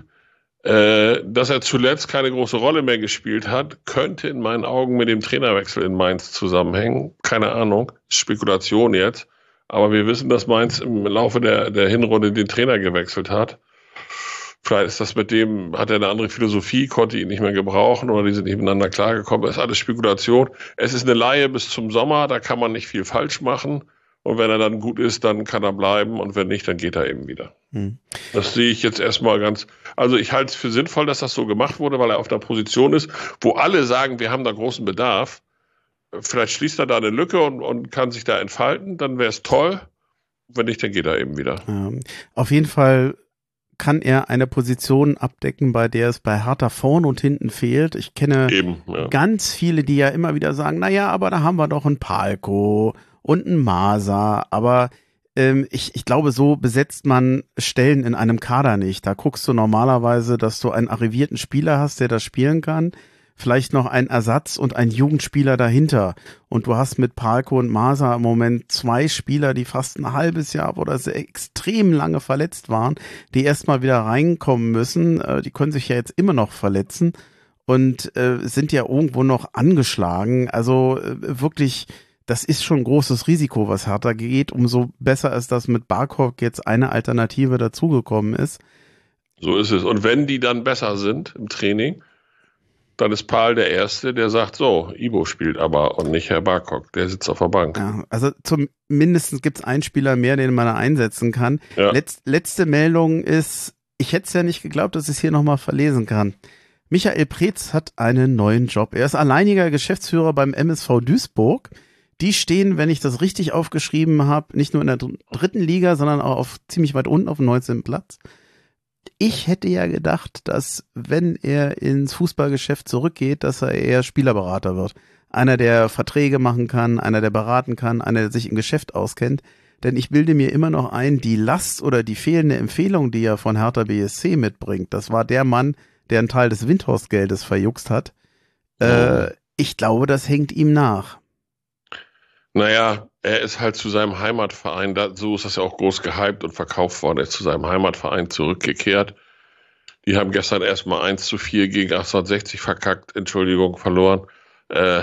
Speaker 4: Äh, dass er zuletzt keine große Rolle mehr gespielt hat, könnte in meinen Augen mit dem Trainerwechsel in Mainz zusammenhängen. Keine Ahnung, Spekulation jetzt. Aber wir wissen, dass Mainz im Laufe der, der Hinrunde den Trainer gewechselt hat. Vielleicht ist das mit dem, hat er eine andere Philosophie, konnte ihn nicht mehr gebrauchen oder die sind nicht miteinander klargekommen. Das ist alles Spekulation. Es ist eine Leihe bis zum Sommer, da kann man nicht viel falsch machen. Und wenn er dann gut ist, dann kann er bleiben und wenn nicht, dann geht er eben wieder. Hm. Das sehe ich jetzt erstmal ganz, also ich halte es für sinnvoll, dass das so gemacht wurde, weil er auf einer Position ist, wo alle sagen, wir haben da großen Bedarf. Vielleicht schließt er da eine Lücke und, und kann sich da entfalten, dann wäre es toll. Wenn nicht, dann geht er eben wieder.
Speaker 3: Ja, auf jeden Fall kann er eine Position abdecken, bei der es bei Hertha vorn und hinten fehlt. Ich kenne eben, ja. ganz viele, die ja immer wieder sagen, naja, aber da haben wir doch einen Palko und einen Masa, aber ähm, ich, ich glaube, so besetzt man Stellen in einem Kader nicht. Da guckst du normalerweise, dass du einen arrivierten Spieler hast, der das spielen kann, vielleicht noch einen Ersatz und einen Jugendspieler dahinter. Und du hast mit Palko und Masa im Moment zwei Spieler, die fast ein halbes Jahr oder sehr extrem lange verletzt waren, die erstmal wieder reinkommen müssen. Die können sich ja jetzt immer noch verletzen und äh, sind ja irgendwo noch angeschlagen. Also äh, wirklich, das ist schon ein großes Risiko, was Hertha geht. Umso besser ist, dass mit Barkok jetzt eine Alternative dazugekommen ist.
Speaker 4: So ist es. Und wenn die dann besser sind im Training, dann ist Pahl der Erste, der sagt, so, Ibo spielt aber und nicht Herr Barkok, der sitzt auf der Bank.
Speaker 3: Ja, also zumindest gibt es einen Spieler mehr, den man da einsetzen kann. Ja. Letz, letzte Meldung ist, ich hätte es ja nicht geglaubt, dass ich es hier nochmal verlesen kann. Michael Preetz hat einen neuen Job. Er ist alleiniger Geschäftsführer beim M S V Duisburg. Die stehen, wenn ich das richtig aufgeschrieben habe, nicht nur in der dritten Liga, sondern auch auf ziemlich weit unten auf dem neunzehnten Platz. Ich hätte ja gedacht, dass wenn er ins Fußballgeschäft zurückgeht, dass er eher Spielerberater wird. Einer, der Verträge machen kann, einer, der beraten kann, einer, der sich im Geschäft auskennt. Denn ich bilde mir immer noch ein, die Last oder die fehlende Empfehlung, die er von Hertha B S C mitbringt, das war der Mann, der einen Teil des Windhorst-Geldes verjuckst hat. Oh. Äh, ich glaube, das hängt ihm nach.
Speaker 4: Naja, er ist halt zu seinem Heimatverein, da, so ist das ja auch groß gehypt und verkauft worden, er ist zu seinem Heimatverein zurückgekehrt. Die haben gestern erstmal eins zu vier gegen achtzehnhundertsechzig verkackt, Entschuldigung, verloren. Äh,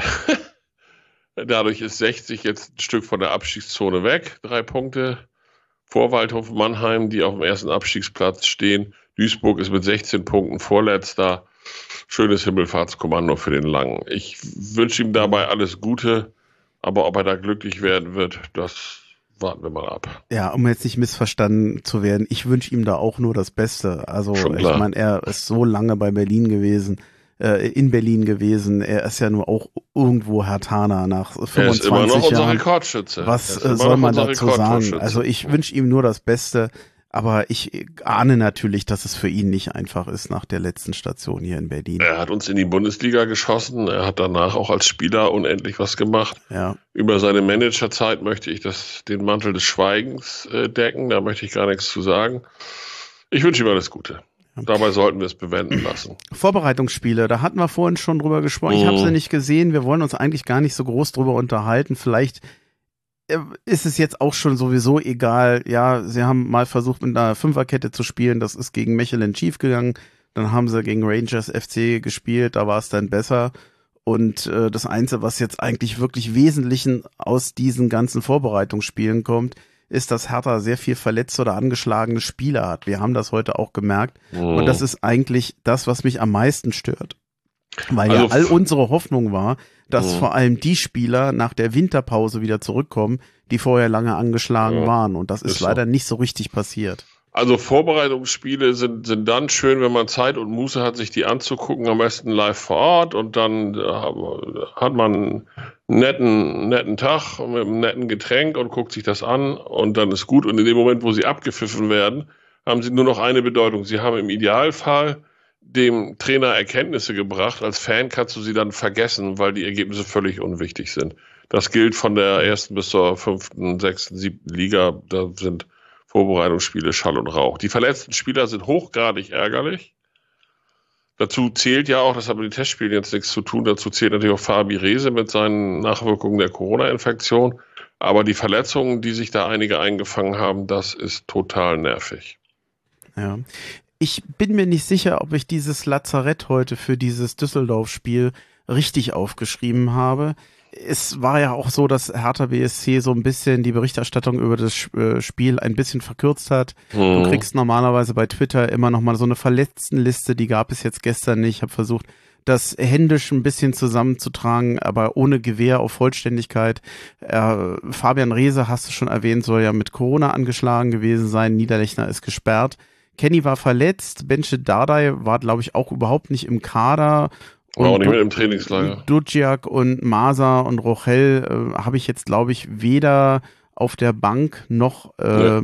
Speaker 4: dadurch ist sechzig jetzt ein Stück von der Abstiegszone weg, drei Punkte. Vor Waldhof Mannheim, die auf dem ersten Abstiegsplatz stehen. Duisburg ist mit sechzehn Punkten Vorletzter. Schönes Himmelfahrtskommando für den Langen. Ich wünsche ihm dabei alles Gute. Aber ob er da glücklich werden wird, das warten wir mal ab.
Speaker 3: Ja, um jetzt nicht missverstanden zu werden, ich wünsche ihm da auch nur das Beste. Also ich meine, er ist so lange bei Berlin gewesen, äh, in Berlin gewesen. Er ist ja nur auch irgendwo Herthaner nach fünfundzwanzig Jahren. Er ist immer noch unser
Speaker 4: Rekordschütze.
Speaker 3: Was soll man dazu sagen? Also ich wünsche ihm nur das Beste. Aber ich ahne natürlich, dass es für ihn nicht einfach ist nach der letzten Station hier in Berlin.
Speaker 4: Er hat uns in die Bundesliga geschossen. Er hat danach auch als Spieler unendlich was gemacht.
Speaker 3: Ja.
Speaker 4: Über seine Managerzeit möchte ich das, den Mantel des Schweigens äh, decken. Da möchte ich gar nichts zu sagen. Ich wünsche ihm alles Gute. Ja. Dabei sollten wir es bewenden lassen.
Speaker 3: Vorbereitungsspiele, da hatten wir vorhin schon drüber gesprochen. Ich habe sie nicht gesehen. Wir wollen uns eigentlich gar nicht so groß drüber unterhalten. Vielleicht ist es jetzt auch schon sowieso egal. Ja, sie haben mal versucht, mit einer Fünferkette zu spielen. Das ist gegen Mechelen schief gegangen. Dann haben sie gegen Rangers F C gespielt. Da war es dann besser. Und äh, das Einzige, was jetzt eigentlich wirklich Wesentlichen aus diesen ganzen Vorbereitungsspielen kommt, ist, dass Hertha sehr viel verletzte oder angeschlagene Spieler hat. Wir haben das heute auch gemerkt. Oh. Und das ist eigentlich das, was mich am meisten stört. Weil also, ja all unsere Hoffnung war, dass oh. vor allem die Spieler nach der Winterpause wieder zurückkommen, die vorher lange angeschlagen ja, waren. Und das ist, ist leider so. nicht so richtig passiert.
Speaker 4: Also Vorbereitungsspiele sind, sind dann schön, wenn man Zeit und Muße hat, sich die anzugucken, am besten live vor Ort. Und dann äh, hat man einen netten, netten Tag mit einem netten Getränk und guckt sich das an. Und dann ist gut. Und in dem Moment, wo sie abgepfiffen werden, haben sie nur noch eine Bedeutung. Sie haben im Idealfall dem Trainer Erkenntnisse gebracht. Als Fan kannst du sie dann vergessen, weil die Ergebnisse völlig unwichtig sind. Das gilt von der ersten bis zur fünften, sechsten, siebten Liga. Da sind Vorbereitungsspiele Schall und Rauch. Die verletzten Spieler sind hochgradig ärgerlich. Dazu zählt ja auch, das hat mit den Testspielen jetzt nichts zu tun, dazu zählt natürlich auch Fabi Rehse mit seinen Nachwirkungen der Corona-Infektion. Aber die Verletzungen, die sich da einige eingefangen haben, das ist total nervig.
Speaker 3: Ja. Ich bin mir nicht sicher, ob ich dieses Lazarett heute für dieses Düsseldorf-Spiel richtig aufgeschrieben habe. Es war ja auch so, dass Hertha B S C so ein bisschen die Berichterstattung über das Spiel ein bisschen verkürzt hat. Mhm. Du kriegst normalerweise bei Twitter immer noch mal so eine Verletztenliste, die gab es jetzt gestern nicht. Ich habe versucht, das händisch ein bisschen zusammenzutragen, aber ohne Gewähr auf Vollständigkeit. Äh, Fabian Rehse, hast du schon erwähnt, soll ja mit Corona angeschlagen gewesen sein. Niederlechner ist gesperrt. Kenny war verletzt. Bence Dardai war, glaube ich, auch überhaupt nicht im Kader.
Speaker 4: War auch nicht mit im Trainingslager.
Speaker 3: Dudziak und Masa und Rochel äh, habe ich jetzt, glaube ich, weder auf der Bank noch äh, nee.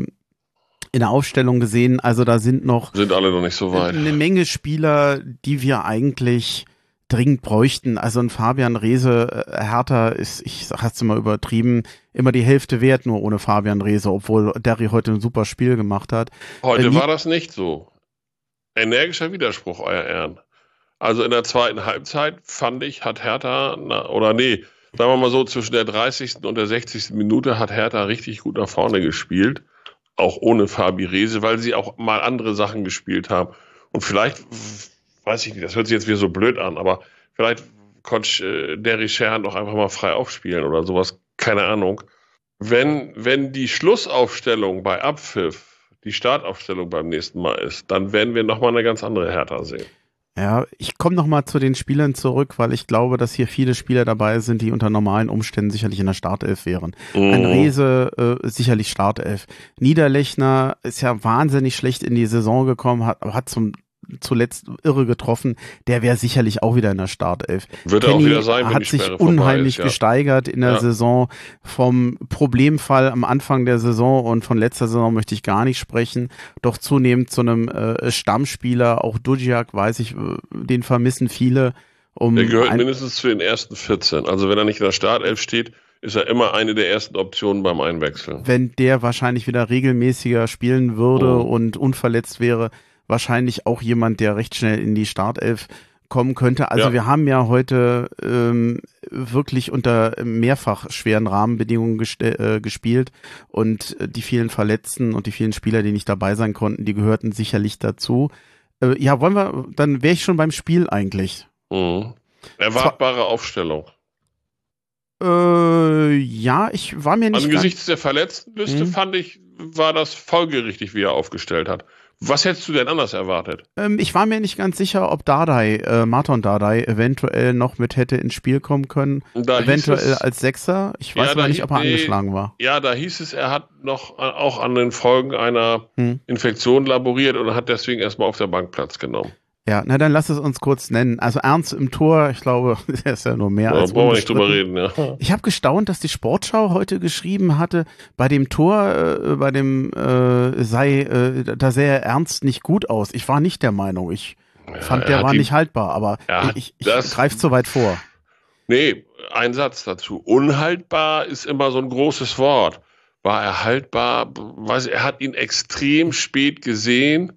Speaker 3: in der Aufstellung gesehen. Also da sind noch
Speaker 4: sind alle noch nicht so weit.
Speaker 3: Eine Menge Spieler, die wir eigentlich dringend bräuchten. Also ein Fabian Rehse, äh, Hertha ist, ich sag jetzt mal übertrieben, immer die Hälfte wert, nur ohne Fabian Rehse, obwohl Derry heute ein super Spiel gemacht hat.
Speaker 4: Heute
Speaker 3: äh,
Speaker 4: war das nicht so. Energischer Widerspruch, euer Ehren. Also in der zweiten Halbzeit, fand ich, hat Hertha, na, oder nee, sagen wir mal so, zwischen der dreißigsten und der sechzigsten Minute hat Hertha richtig gut nach vorne gespielt. Auch ohne Fabi Rehse, weil sie auch mal andere Sachen gespielt haben. Und vielleicht, weiß ich nicht, das hört sich jetzt wieder so blöd an, aber vielleicht konnte äh, Derry Scherhan doch einfach mal frei aufspielen oder sowas, keine Ahnung. Wenn, wenn die Schlussaufstellung bei Abpfiff die Startaufstellung beim nächsten Mal ist, dann werden wir nochmal eine ganz andere Hertha sehen.
Speaker 3: Ja, ich komme nochmal zu den Spielern zurück, weil ich glaube, dass hier viele Spieler dabei sind, die unter normalen Umständen sicherlich in der Startelf wären. Mm. Ein Rehse äh, sicherlich Startelf. Niederlechner ist ja wahnsinnig schlecht in die Saison gekommen, hat, hat zum zuletzt irre getroffen, der wäre sicherlich auch wieder in der Startelf.
Speaker 4: Wird er auch wieder sein, wenn
Speaker 3: hat
Speaker 4: die Sperre
Speaker 3: sich unheimlich
Speaker 4: ist, ja.
Speaker 3: gesteigert in der
Speaker 4: ja.
Speaker 3: Saison. Vom Problemfall am Anfang der Saison und von letzter Saison möchte ich gar nicht sprechen, doch zunehmend zu einem äh, Stammspieler. Auch Dudziak, weiß ich, den vermissen viele. Um
Speaker 4: der gehört mindestens zu den ersten vierzehn. Also wenn er nicht in der Startelf steht, ist er immer eine der ersten Optionen beim Einwechseln.
Speaker 3: Wenn der wahrscheinlich wieder regelmäßiger spielen würde
Speaker 4: oh.
Speaker 3: und unverletzt wäre, wahrscheinlich auch jemand, der recht schnell in die Startelf kommen könnte. Also ja. wir haben ja heute ähm, wirklich unter mehrfach schweren Rahmenbedingungen gest- äh, gespielt und die vielen Verletzten und die vielen Spieler, die nicht dabei sein konnten, die gehörten sicherlich dazu. Äh, ja, wollen wir, dann wäre ich schon beim Spiel eigentlich.
Speaker 4: Mhm. Erwartbare Zwar, Aufstellung.
Speaker 3: Äh, ja, ich war mir nicht
Speaker 4: Angesichts der Verletztenliste mhm. fand ich, war das folgerichtig, wie er aufgestellt hat. Was hättest du denn anders erwartet?
Speaker 3: Ähm, ich war mir nicht ganz sicher, ob Dardai, äh, Marton Dardai, eventuell noch mit hätte ins Spiel kommen können. Da eventuell es, als Sechser. Ich weiß ja, aber nicht, ob er nee, angeschlagen war.
Speaker 4: Ja, da hieß es, er hat noch auch an den Folgen einer hm. Infektion laboriert und hat deswegen erstmal auf der Bank Platz genommen.
Speaker 3: Ja, na dann lass es uns kurz nennen. Also Ernst im Tor, ich glaube, der ist ja nur mehr ja, als
Speaker 4: brauchen wir nicht drüber reden, ja.
Speaker 3: Ich habe gestaunt, dass die Sportschau heute geschrieben hatte, bei dem Tor, äh, bei dem äh, sei, äh, da sähe Ernst nicht gut aus. Ich war nicht der Meinung. Ich ja, fand, der war die, nicht haltbar, aber ich, ich, ich greife zu weit vor.
Speaker 4: Nee, ein Satz dazu. Unhaltbar ist immer so ein großes Wort. War er haltbar? Weiß ich, er hat ihn extrem spät gesehen.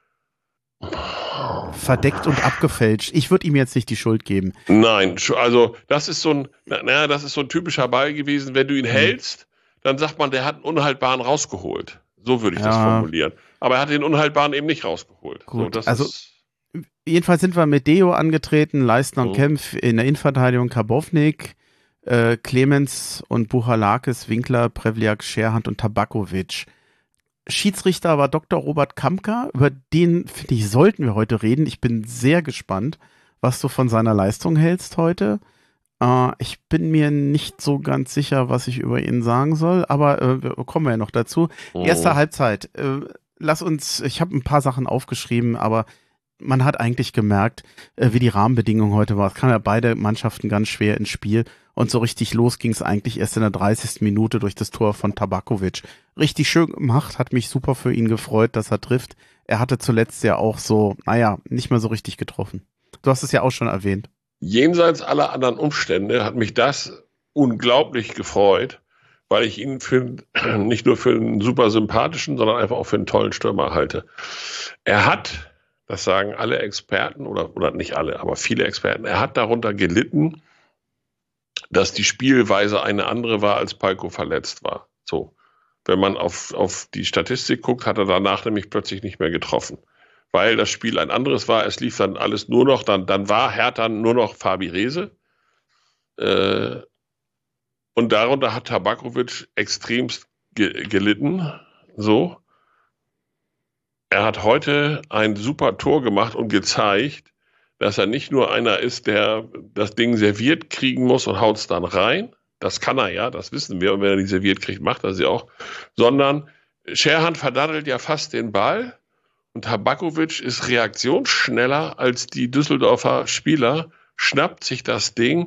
Speaker 3: Verdeckt und abgefälscht. Ich würde ihm jetzt nicht die Schuld geben.
Speaker 4: Nein, also das ist so ein, naja, das ist so ein typischer Ball gewesen. Wenn du ihn mhm. hältst, dann sagt man, der hat einen Unhaltbaren rausgeholt. So würde ich ja. das formulieren. Aber er hat den Unhaltbaren eben nicht rausgeholt.
Speaker 3: Gut,
Speaker 4: so, das
Speaker 3: also
Speaker 4: ist
Speaker 3: jedenfalls sind wir mit Deo angetreten, Leistner und mhm. Kempf in der Innenverteidigung, Karbovnik, äh, Clemens und Buchalakis, Winkler, Prevliak, Scherhand und Tabakovic. Schiedsrichter war Doktor Robert Kampka, über den, finde ich, sollten wir heute reden. Ich bin sehr gespannt, was du von seiner Leistung hältst heute. Äh, ich bin mir nicht so ganz sicher, was ich über ihn sagen soll, aber äh, kommen wir ja noch dazu. Oh. Erste Halbzeit. Äh, lass uns, ich habe ein paar Sachen aufgeschrieben, aber man hat eigentlich gemerkt, äh, wie die Rahmenbedingungen heute waren. Es kamen ja beide Mannschaften ganz schwer ins Spiel. Und so richtig los ging es eigentlich erst in der dreißigsten Minute durch das Tor von Tabakovic. Richtig schön gemacht, hat mich super für ihn gefreut, dass er trifft. er hatte zuletzt ja auch so, naja, nicht mehr so richtig getroffen. Du hast es ja auch schon erwähnt.
Speaker 4: Jenseits aller anderen Umstände hat mich das unglaublich gefreut, weil ich ihn für, nicht nur für einen super sympathischen, sondern einfach auch für einen tollen Stürmer halte. Er hat, das sagen alle Experten, oder, oder nicht alle, aber viele Experten, er hat darunter gelitten, dass die Spielweise eine andere war, als Palko verletzt war. So. Wenn man auf, auf die Statistik guckt, hat er danach nämlich plötzlich nicht mehr getroffen. Weil das Spiel ein anderes war. Es lief dann alles nur noch, dann, dann war Hertha nur noch Fabi Rehse. Äh, und darunter hat Tabakovic extremst ge- gelitten. So. Er hat heute ein super Tor gemacht und gezeigt, dass er nicht nur einer ist, der das Ding serviert kriegen muss und haut es dann rein. Das kann er ja, das wissen wir. Und wenn er die serviert kriegt, macht er sie auch. Sondern Scherhan verdattelt ja fast den Ball. Und Tabakovic ist reaktionsschneller als die Düsseldorfer Spieler, schnappt sich das Ding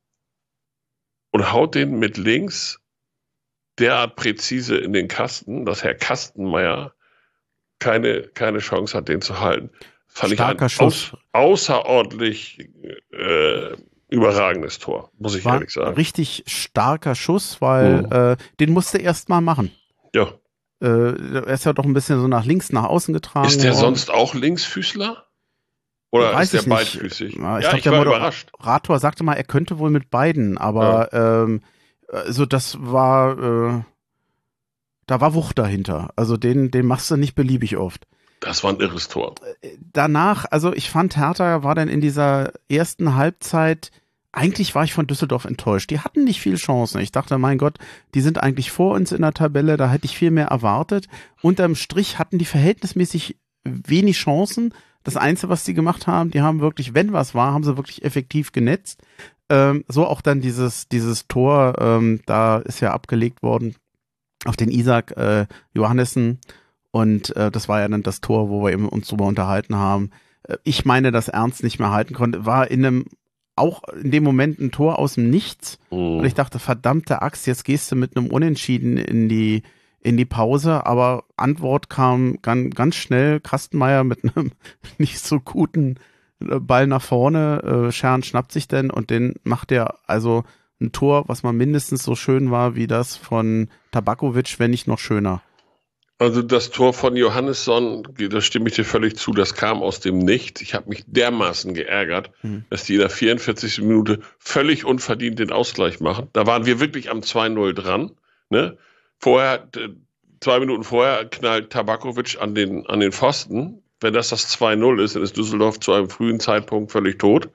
Speaker 4: und haut den mit links derart präzise in den Kasten, dass Herr Kastenmeier keine, keine Chance hat, den zu halten. Fand
Speaker 3: Starker
Speaker 4: ich ein
Speaker 3: Schuss.
Speaker 4: Aus, außerordentlich äh, überragendes Tor, muss ich
Speaker 3: War
Speaker 4: ehrlich sagen.
Speaker 3: Ein richtig starker Schuss, weil
Speaker 4: Mhm.
Speaker 3: äh, den musste er erst mal machen.
Speaker 4: Ja.
Speaker 3: Äh, er ist ja doch ein bisschen so nach links, nach außen getragen
Speaker 4: Ist der
Speaker 3: worden.
Speaker 4: sonst auch Linksfüßler? Oder
Speaker 3: Weiß
Speaker 4: ist der
Speaker 3: ich nicht.
Speaker 4: beidfüßig?
Speaker 3: Ja, ich
Speaker 4: Ja,
Speaker 3: glaub,
Speaker 4: ich
Speaker 3: der
Speaker 4: war
Speaker 3: Moder-
Speaker 4: überrascht.
Speaker 3: Rator sagte mal, er könnte wohl mit beiden, aber ähm, also das war, äh, da war Wucht dahinter. Also den, den machst du nicht beliebig oft.
Speaker 4: Das war ein irres Tor.
Speaker 3: Danach, also ich fand, Hertha war dann in dieser ersten Halbzeit, eigentlich war ich von Düsseldorf enttäuscht. Die hatten nicht viel Chancen. Ich dachte, mein Gott, die sind eigentlich vor uns in der Tabelle, da hätte ich viel mehr erwartet. Unterm Strich hatten die verhältnismäßig wenig Chancen. Das Einzige, was sie gemacht haben, die haben wirklich, wenn was war, haben sie wirklich effektiv genetzt. Ähm, so auch dann dieses, dieses Tor, ähm, da ist ja abgelegt worden auf den Isaac äh, Johannessen. Und äh, das war ja dann das Tor, wo wir eben uns drüber unterhalten haben. Äh, ich meine, dass Ernst nicht mehr halten konnte. War in einem, auch in dem Moment ein Tor aus dem Nichts.
Speaker 4: Mhm.
Speaker 3: Und ich dachte, verdammte Axt, jetzt gehst du mit einem Unentschieden in die, in die Pause. Aber Antwort kam ganz, ganz schnell. Kastenmeier mit einem nicht so guten Ball nach vorne. Äh, Scherhan schnappt sich denn und den macht er also ein Tor, was mal mindestens so schön war wie das von Tabakovic, wenn nicht noch schöner.
Speaker 4: Also das Tor von Johannesson, da stimme ich dir völlig zu, das kam aus dem Nichts. Ich habe mich dermaßen geärgert, mhm. dass die in der vierundvierzigsten Minute völlig unverdient den Ausgleich machen. Da waren wir wirklich am zwei null dran. Ne? Vorher, zwei Minuten vorher knallt Tabakovic an den, an den Pfosten. Wenn das das zwei null ist, dann ist Düsseldorf zu einem frühen Zeitpunkt völlig tot.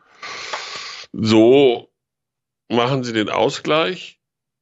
Speaker 4: So machen sie den Ausgleich.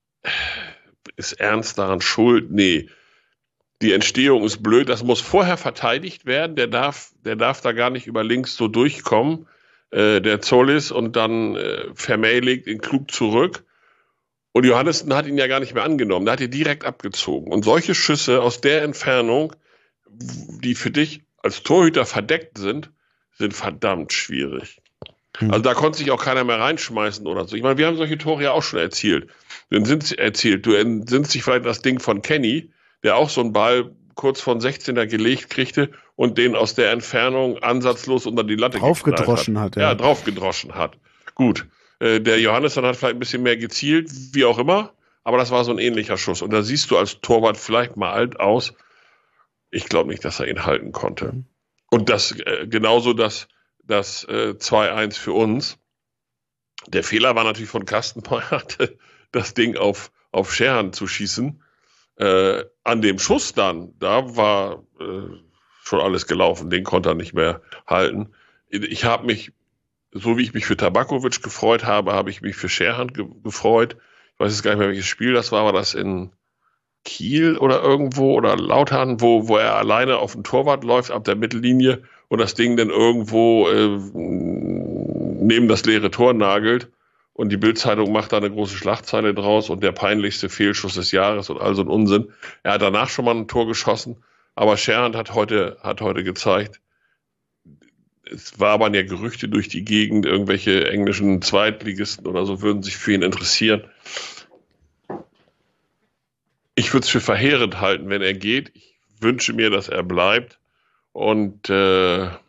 Speaker 4: Ist Ernst daran schuld? Nee. Die Entstehung ist blöd, das muss vorher verteidigt werden, der darf, der darf da gar nicht über links so durchkommen, äh, der Zollis, und dann äh, Vermey legt ihn klug zurück und Johannessen hat ihn ja gar nicht mehr angenommen, der hat ihn direkt abgezogen und solche Schüsse aus der Entfernung, die für dich als Torhüter verdeckt sind, sind verdammt schwierig. Mhm. Also da konnte sich auch keiner mehr reinschmeißen oder so. Ich meine, wir haben solche Tore ja auch schon erzielt. Dann sind erzielt, du entsinnst dich vielleicht das Ding von Kenny, der auch so einen Ball kurz von sechzehner gelegt kriegte und den aus der Entfernung ansatzlos unter die Latte
Speaker 3: draufgedroschen hat.
Speaker 4: hat. Ja, ja draufgedroschen hat. Gut, äh, der Johannesson hat vielleicht ein bisschen mehr gezielt, wie auch immer, aber das war so ein ähnlicher Schuss. Und da siehst du als Torwart vielleicht mal alt aus. Ich glaube nicht, dass er ihn halten konnte. Mhm. Und das äh, genauso das, das äh, zwei eins für uns. Der Fehler war natürlich von Kastenmeier, das Ding auf, auf Scherhan zu schießen. Äh, an dem Schuss dann, da war äh, schon alles gelaufen, den konnte er nicht mehr halten. Ich habe mich, so wie ich mich für Tabakovic gefreut habe, habe ich mich für Scherhan ge- gefreut. Ich weiß jetzt gar nicht mehr, welches Spiel das war, war das in Kiel oder irgendwo oder Lautern, wo, wo er alleine auf den Torwart läuft ab der Mittellinie und das Ding dann irgendwo äh, neben das leere Tor nagelt. Und die Bild-Zeitung macht da eine große Schlagzeile draus und der peinlichste Fehlschuss des Jahres und all so ein Unsinn. Er hat danach schon mal ein Tor geschossen, aber Scherhan hat heute, hat heute gezeigt, es waren ja Gerüchte durch die Gegend, irgendwelche englischen Zweitligisten oder so würden sich für ihn interessieren. Ich würde es für verheerend halten, wenn er geht. Ich wünsche mir, dass er bleibt Und äh, er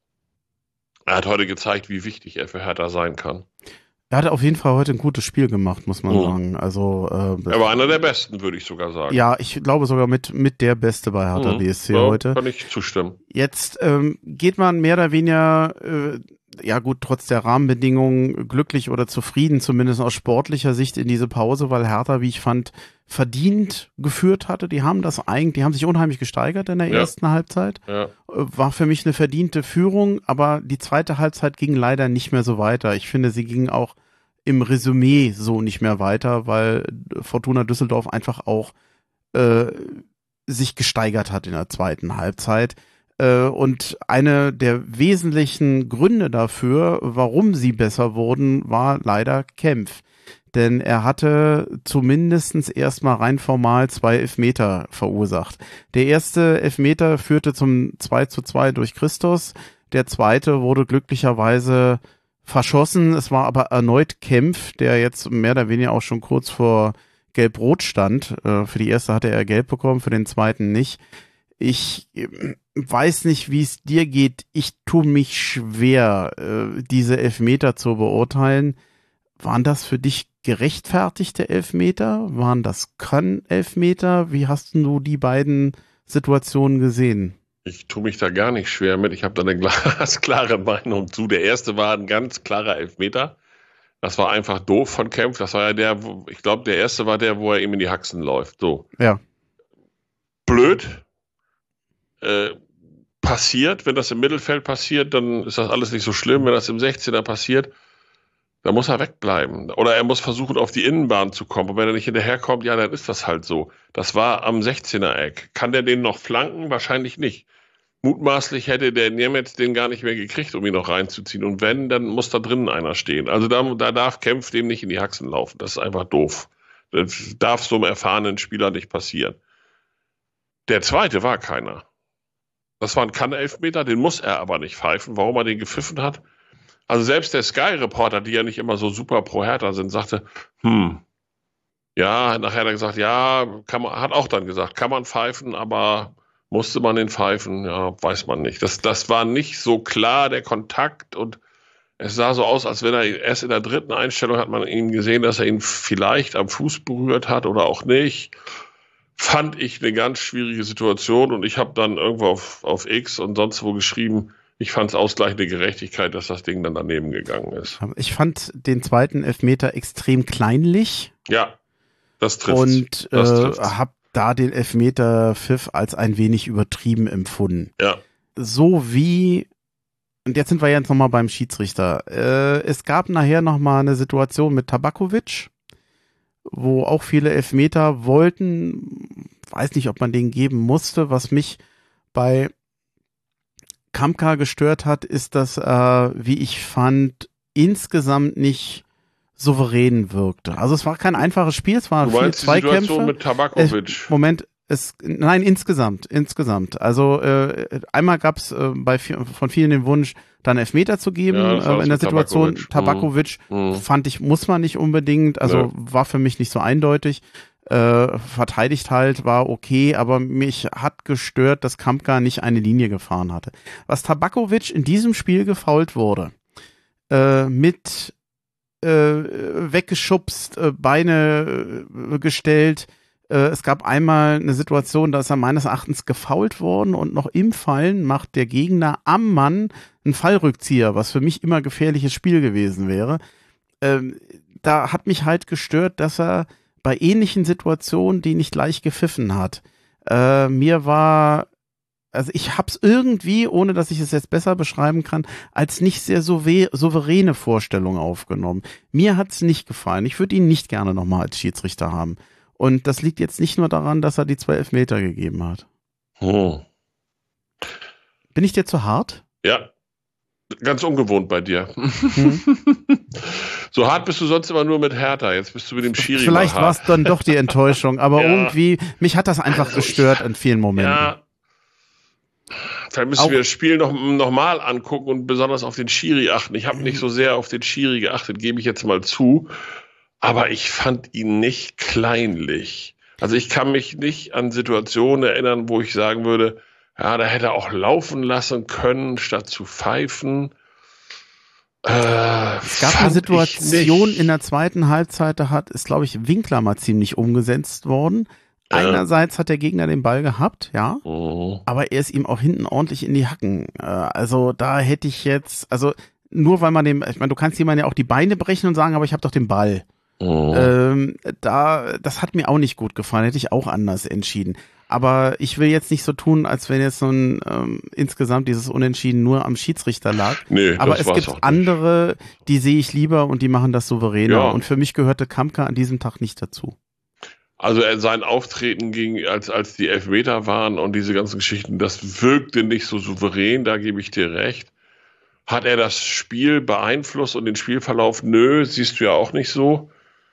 Speaker 4: hat heute gezeigt, wie wichtig er für Hertha sein kann.
Speaker 3: Er hat auf jeden Fall heute ein gutes Spiel gemacht, muss man mhm. sagen. Also, äh,
Speaker 4: er war einer der Besten, würde ich sogar sagen.
Speaker 3: Ja, ich glaube sogar mit, mit der Beste bei Hertha mhm. B S C ja, heute.
Speaker 4: Kann ich zustimmen.
Speaker 3: Jetzt ähm, geht man mehr oder weniger, äh, ja gut, trotz der Rahmenbedingungen glücklich oder zufrieden, zumindest aus sportlicher Sicht in diese Pause, weil Hertha, wie ich fand, verdient geführt hatte. Die haben das eigentlich, die haben sich unheimlich gesteigert in der ja. ersten Halbzeit. Ja. War für mich eine verdiente Führung, aber die zweite Halbzeit ging leider nicht mehr so weiter. Ich finde, sie ging auch im Resümee so nicht mehr weiter, weil Fortuna Düsseldorf einfach auch äh, sich gesteigert hat in der zweiten Halbzeit. Äh, und eine der wesentlichen Gründe dafür, warum sie besser wurden, war leider Kempf. Denn er hatte zumindest erstmal rein formal zwei Elfmeter verursacht. Der erste Elfmeter führte zum zwei zu zwei durch Christos. Der zweite wurde glücklicherweise verschossen. Es war aber erneut Kempf, der jetzt mehr oder weniger auch schon kurz vor Gelb-Rot stand. Äh, für die erste hatte er Gelb bekommen, für den zweiten nicht. Ich weiß nicht, wie es dir geht. Ich tue mich schwer, äh, diese Elfmeter zu beurteilen. Waren das für dich gerechtfertigte Elfmeter? Waren das Kann-Elfmeter? Wie hast du die beiden Situationen gesehen?
Speaker 4: Ich tue mich da gar nicht schwer mit. Ich habe da eine glasklare Meinung zu. Der erste war ein ganz klarer Elfmeter. Das war einfach doof von Kempf. Das war ja der, wo, ich glaube, der erste war der, wo er ihm in die Haxen läuft. So.
Speaker 3: Ja.
Speaker 4: Blöd. Äh, passiert. Wenn das im Mittelfeld passiert, dann ist das alles nicht so schlimm. Wenn das im sechzehner passiert, dann muss er wegbleiben. Oder er muss versuchen, auf die Innenbahn zu kommen. Und wenn er nicht hinterherkommt, ja, dann ist das halt so. Das war am sechzehner-Eck. Kann der den noch flanken? Wahrscheinlich nicht. Mutmaßlich hätte der Niemetz den gar nicht mehr gekriegt, um ihn noch reinzuziehen. Und wenn, dann muss da drinnen einer stehen. Also da, da darf Kempf dem nicht in die Haxen laufen. Das ist einfach doof. Das darf so einem erfahrenen Spieler nicht passieren. Der zweite war keiner. Das war ein Kann-Elfmeter, den muss er aber nicht pfeifen. Warum er den gepfiffen hat? Also selbst der Sky-Reporter, die ja nicht immer so super pro Hertha sind, sagte, hm, ja, nachher hat er gesagt, ja, kann man, hat auch dann gesagt, kann man pfeifen, aber musste man den pfeifen? Ja, weiß man nicht. Das, das war nicht so klar, der Kontakt, und es sah so aus, als wenn er erst in der dritten Einstellung hat man ihn gesehen, dass er ihn vielleicht am Fuß berührt hat oder auch nicht. Fand ich eine ganz schwierige Situation, und ich habe dann irgendwo auf, auf X und sonst wo geschrieben, ich fand es ausgleichende Gerechtigkeit, dass das Ding dann daneben gegangen ist.
Speaker 3: Ich fand den zweiten Elfmeter extrem kleinlich.
Speaker 4: Ja, das trifft.
Speaker 3: Und äh, habe da den Elfmeter-Pfiff als ein wenig übertrieben empfunden.
Speaker 4: Ja.
Speaker 3: So wie, und jetzt sind wir jetzt nochmal beim Schiedsrichter. Äh, es gab nachher nochmal eine Situation mit Tabakovic, wo auch viele Elfmeter wollten. Weiß nicht, ob man den geben musste. Was mich bei Kampka gestört hat, ist, dass er, wie ich fand, insgesamt nicht souverän wirkte. Also es war kein einfaches Spiel, es waren viele Zweikämpfe. Die Situation
Speaker 4: mit Tabakovic.
Speaker 3: Es, Moment, es, nein, insgesamt, insgesamt. Also äh, einmal gab es äh, bei von vielen den Wunsch, dann Elfmeter zu geben ja, äh, in der Situation. Tabakovic, Tabakovic mhm. fand ich, muss man nicht unbedingt, also nee. War für mich nicht so eindeutig. Äh, verteidigt halt, war okay, aber mich hat gestört, dass Kampka nicht eine Linie gefahren hatte. Was Tabakovic in diesem Spiel gefoult wurde, äh, mit äh, weggeschubst, äh, Beine äh, gestellt, äh, es gab einmal eine Situation, da ist er meines Erachtens gefoult worden, und noch im Fallen macht der Gegner am Mann einen Fallrückzieher, was für mich immer gefährliches Spiel gewesen wäre. Äh, da hat mich halt gestört, dass er bei ähnlichen Situationen, die nicht gleich gepfiffen hat. Äh, mir war, also ich hab's irgendwie, ohne dass ich es jetzt besser beschreiben kann, als nicht sehr souveräne Vorstellung aufgenommen. Mir hat's nicht gefallen. Ich würde ihn nicht gerne nochmal als Schiedsrichter haben. Und das liegt jetzt nicht nur daran, dass er die zwei Elfmeter gegeben hat.
Speaker 4: Hm.
Speaker 3: Bin ich dir zu hart?
Speaker 4: Ja. Ganz ungewohnt bei dir. Hm. So hart bist du sonst immer nur mit Hertha. Jetzt bist du mit dem Schiri.
Speaker 3: Vielleicht war es dann doch die Enttäuschung, aber ja. Irgendwie, mich hat das einfach also gestört ich, in vielen Momenten.
Speaker 4: Ja. Vielleicht müssen Auch, wir das Spiel noch, noch mal angucken und besonders auf den Schiri achten. Ich habe nicht so sehr auf den Schiri geachtet, gebe ich jetzt mal zu. Aber ich fand ihn nicht kleinlich. Also ich kann mich nicht an Situationen erinnern, wo ich sagen würde, Ja, da hätte er auch laufen lassen können, statt zu pfeifen. Äh,
Speaker 3: es gab eine Situation in der zweiten Halbzeit, da hat, ist, glaube ich, Winkler mal ziemlich umgesetzt worden. Ja. Einerseits hat der Gegner den Ball gehabt, ja, oh. aber er ist ihm auch hinten ordentlich in die Hacken. Äh, also da hätte ich jetzt, also nur weil man dem, ich meine, du kannst jemandem ja auch die Beine brechen und sagen, aber ich habe doch den Ball. Oh. Ähm, da, das hat mir auch nicht gut gefallen, hätte ich auch anders entschieden. Aber ich will jetzt nicht so tun, als wenn jetzt so ein ähm, insgesamt dieses Unentschieden nur am Schiedsrichter lag. Nee, aber es gibt andere, die sehe ich lieber und die machen das souveräner. Ja. Und für mich gehörte Kampka an diesem Tag nicht dazu.
Speaker 4: Also sein Auftreten ging, als, als die Elfmeter waren und diese ganzen Geschichten, das wirkte nicht so souverän, da gebe ich dir recht. Hat er das Spiel beeinflusst und den Spielverlauf? Nö, siehst du ja auch nicht so.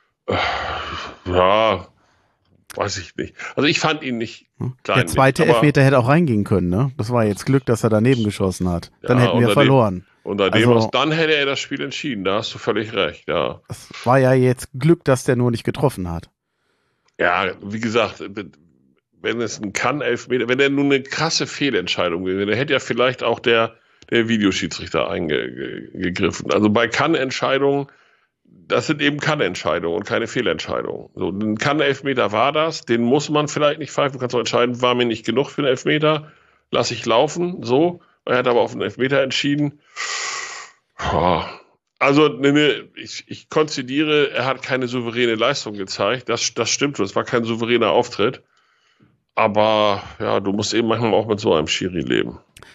Speaker 4: Ja, weiß ich nicht. Also ich fand ihn nicht
Speaker 3: klein. Der zweite nicht, Elfmeter hätte auch reingehen können, ne? Das war jetzt Glück, dass er daneben geschossen hat. Dann ja, hätten wir verloren.
Speaker 4: Dem, unter dem, also, dann hätte er das Spiel entschieden, da hast du völlig recht, ja.
Speaker 3: Das war ja jetzt Glück, dass der nur nicht getroffen hat.
Speaker 4: Ja, wie gesagt, wenn es ein Kann-Elfmeter, wenn er nun eine krasse Fehlentscheidung gewesen wäre, dann hätte ja vielleicht auch der, der Videoschiedsrichter eingegriffen. Also bei Kann-Entscheidungen, das sind eben Kann-Entscheidungen und keine Fehlentscheidungen. So, ein Kann-Elfmeter war das, den muss man vielleicht nicht pfeifen. Du kannst auch entscheiden, war mir nicht genug für einen Elfmeter, lass ich laufen, so. Er hat aber auf einen Elfmeter entschieden. Also, ne, ne, ich, ich konzidiere, er hat keine souveräne Leistung gezeigt. Das, das stimmt, das war kein souveräner Auftritt. Aber ja, du musst eben manchmal auch mit so einem Schiri leben.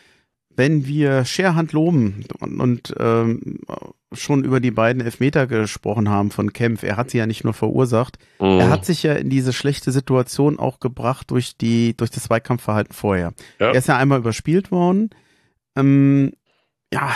Speaker 3: Wenn wir Scherhand loben und, und ähm, schon über die beiden Elfmeter gesprochen haben von Kempf, er hat sie ja nicht nur verursacht, mhm. er hat sich ja in diese schlechte Situation auch gebracht durch die durch das Zweikampfverhalten vorher. Ja. Er ist ja einmal überspielt worden. Ähm, ja,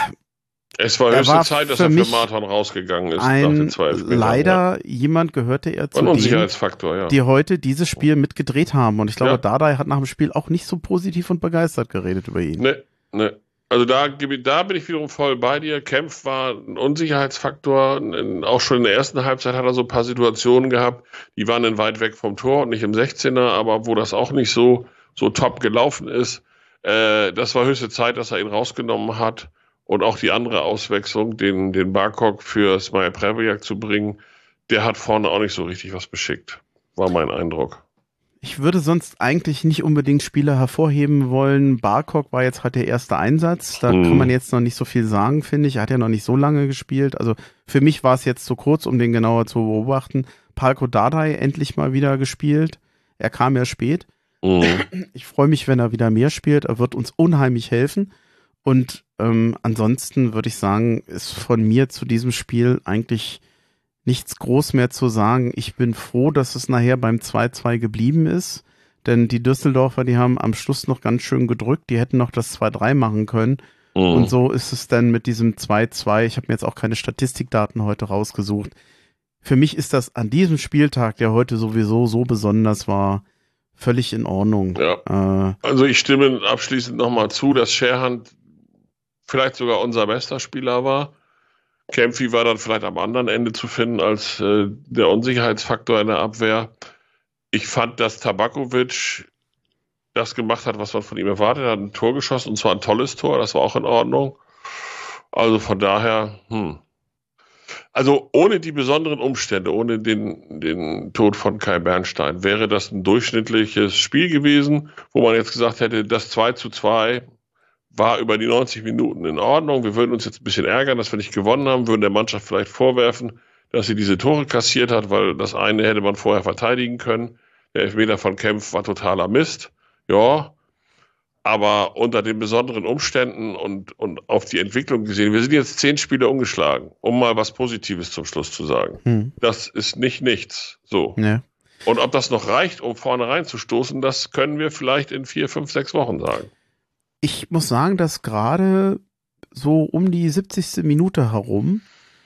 Speaker 4: es war höchste war Zeit, dass er für Marathon rausgegangen ist.
Speaker 3: Ein, nach den zwei Elfmetern,
Speaker 4: leider
Speaker 3: ja. jemand gehörte er zu denen,
Speaker 4: ja.
Speaker 3: die heute dieses Spiel mitgedreht haben. Und ich glaube, ja. Dardai hat nach dem Spiel auch nicht so positiv und begeistert geredet über ihn.
Speaker 4: Nee. Ne, also da, da bin ich wiederum voll bei dir. Kempf war ein Unsicherheitsfaktor. Auch schon in der ersten Halbzeit hat er so ein paar Situationen gehabt, die waren dann weit weg vom Tor und nicht im sechzehner, aber wo das auch nicht so, so top gelaufen ist. Äh, das war höchste Zeit, dass er ihn rausgenommen hat. Und auch die andere Auswechslung, den, den Barkok für Smail Previak zu bringen, der hat vorne auch nicht so richtig was beschickt. War mein Eindruck.
Speaker 3: Ich würde sonst eigentlich nicht unbedingt Spieler hervorheben wollen. Barkok war jetzt halt der erste Einsatz. Da hm. kann man jetzt noch nicht so viel sagen, finde ich. Er hat ja noch nicht so lange gespielt. Also für mich war es jetzt zu kurz, um den genauer zu beobachten. Palko Dardai endlich mal wieder gespielt. Er kam ja spät. Hm. Ich freue mich, wenn er wieder mehr spielt. Er wird uns unheimlich helfen. Und ähm, ansonsten würde ich sagen, ist von mir zu diesem Spiel eigentlich nichts groß mehr zu sagen. Ich bin froh, dass es nachher beim zwei zwei geblieben ist, denn die Düsseldorfer, die haben am Schluss noch ganz schön gedrückt, die hätten noch das zwei drei machen können. Mhm. Und so ist es dann mit diesem zwei zwei, ich habe mir jetzt auch keine Statistikdaten heute rausgesucht. Für mich ist das an diesem Spieltag, der heute sowieso so besonders war, völlig in Ordnung.
Speaker 4: Ja. Äh, also ich stimme abschließend nochmal zu, dass Scherhand vielleicht sogar unser bester Spieler war. Kempfi war dann vielleicht am anderen Ende zu finden als äh, der Unsicherheitsfaktor in der Abwehr. Ich fand, dass Tabakovic das gemacht hat, was man von ihm erwartet hat. Er hat ein Tor geschossen, und zwar ein tolles Tor, das war auch in Ordnung. Also von daher, hm. Also ohne die besonderen Umstände, ohne den, den Tod von Kai Bernstein, wäre das ein durchschnittliches Spiel gewesen, wo man jetzt gesagt hätte, das zwei zu zwei war über die neunzig Minuten in Ordnung. Wir würden uns jetzt ein bisschen ärgern, dass wir nicht gewonnen haben, würden der Mannschaft vielleicht vorwerfen, dass sie diese Tore kassiert hat, weil das eine hätte man vorher verteidigen können. Der Elfmeter von Kempf war totaler Mist. Ja, aber unter den besonderen Umständen und, und auf die Entwicklung gesehen, wir sind jetzt zehn Spiele ungeschlagen, um mal was Positives zum Schluss zu sagen. Hm. Das ist nicht nichts. So. Ja. Und ob das noch reicht, um vorne reinzustoßen, das können wir vielleicht in vier, fünf, sechs Wochen sagen.
Speaker 3: Ich muss sagen, dass gerade so um die siebzigste Minute herum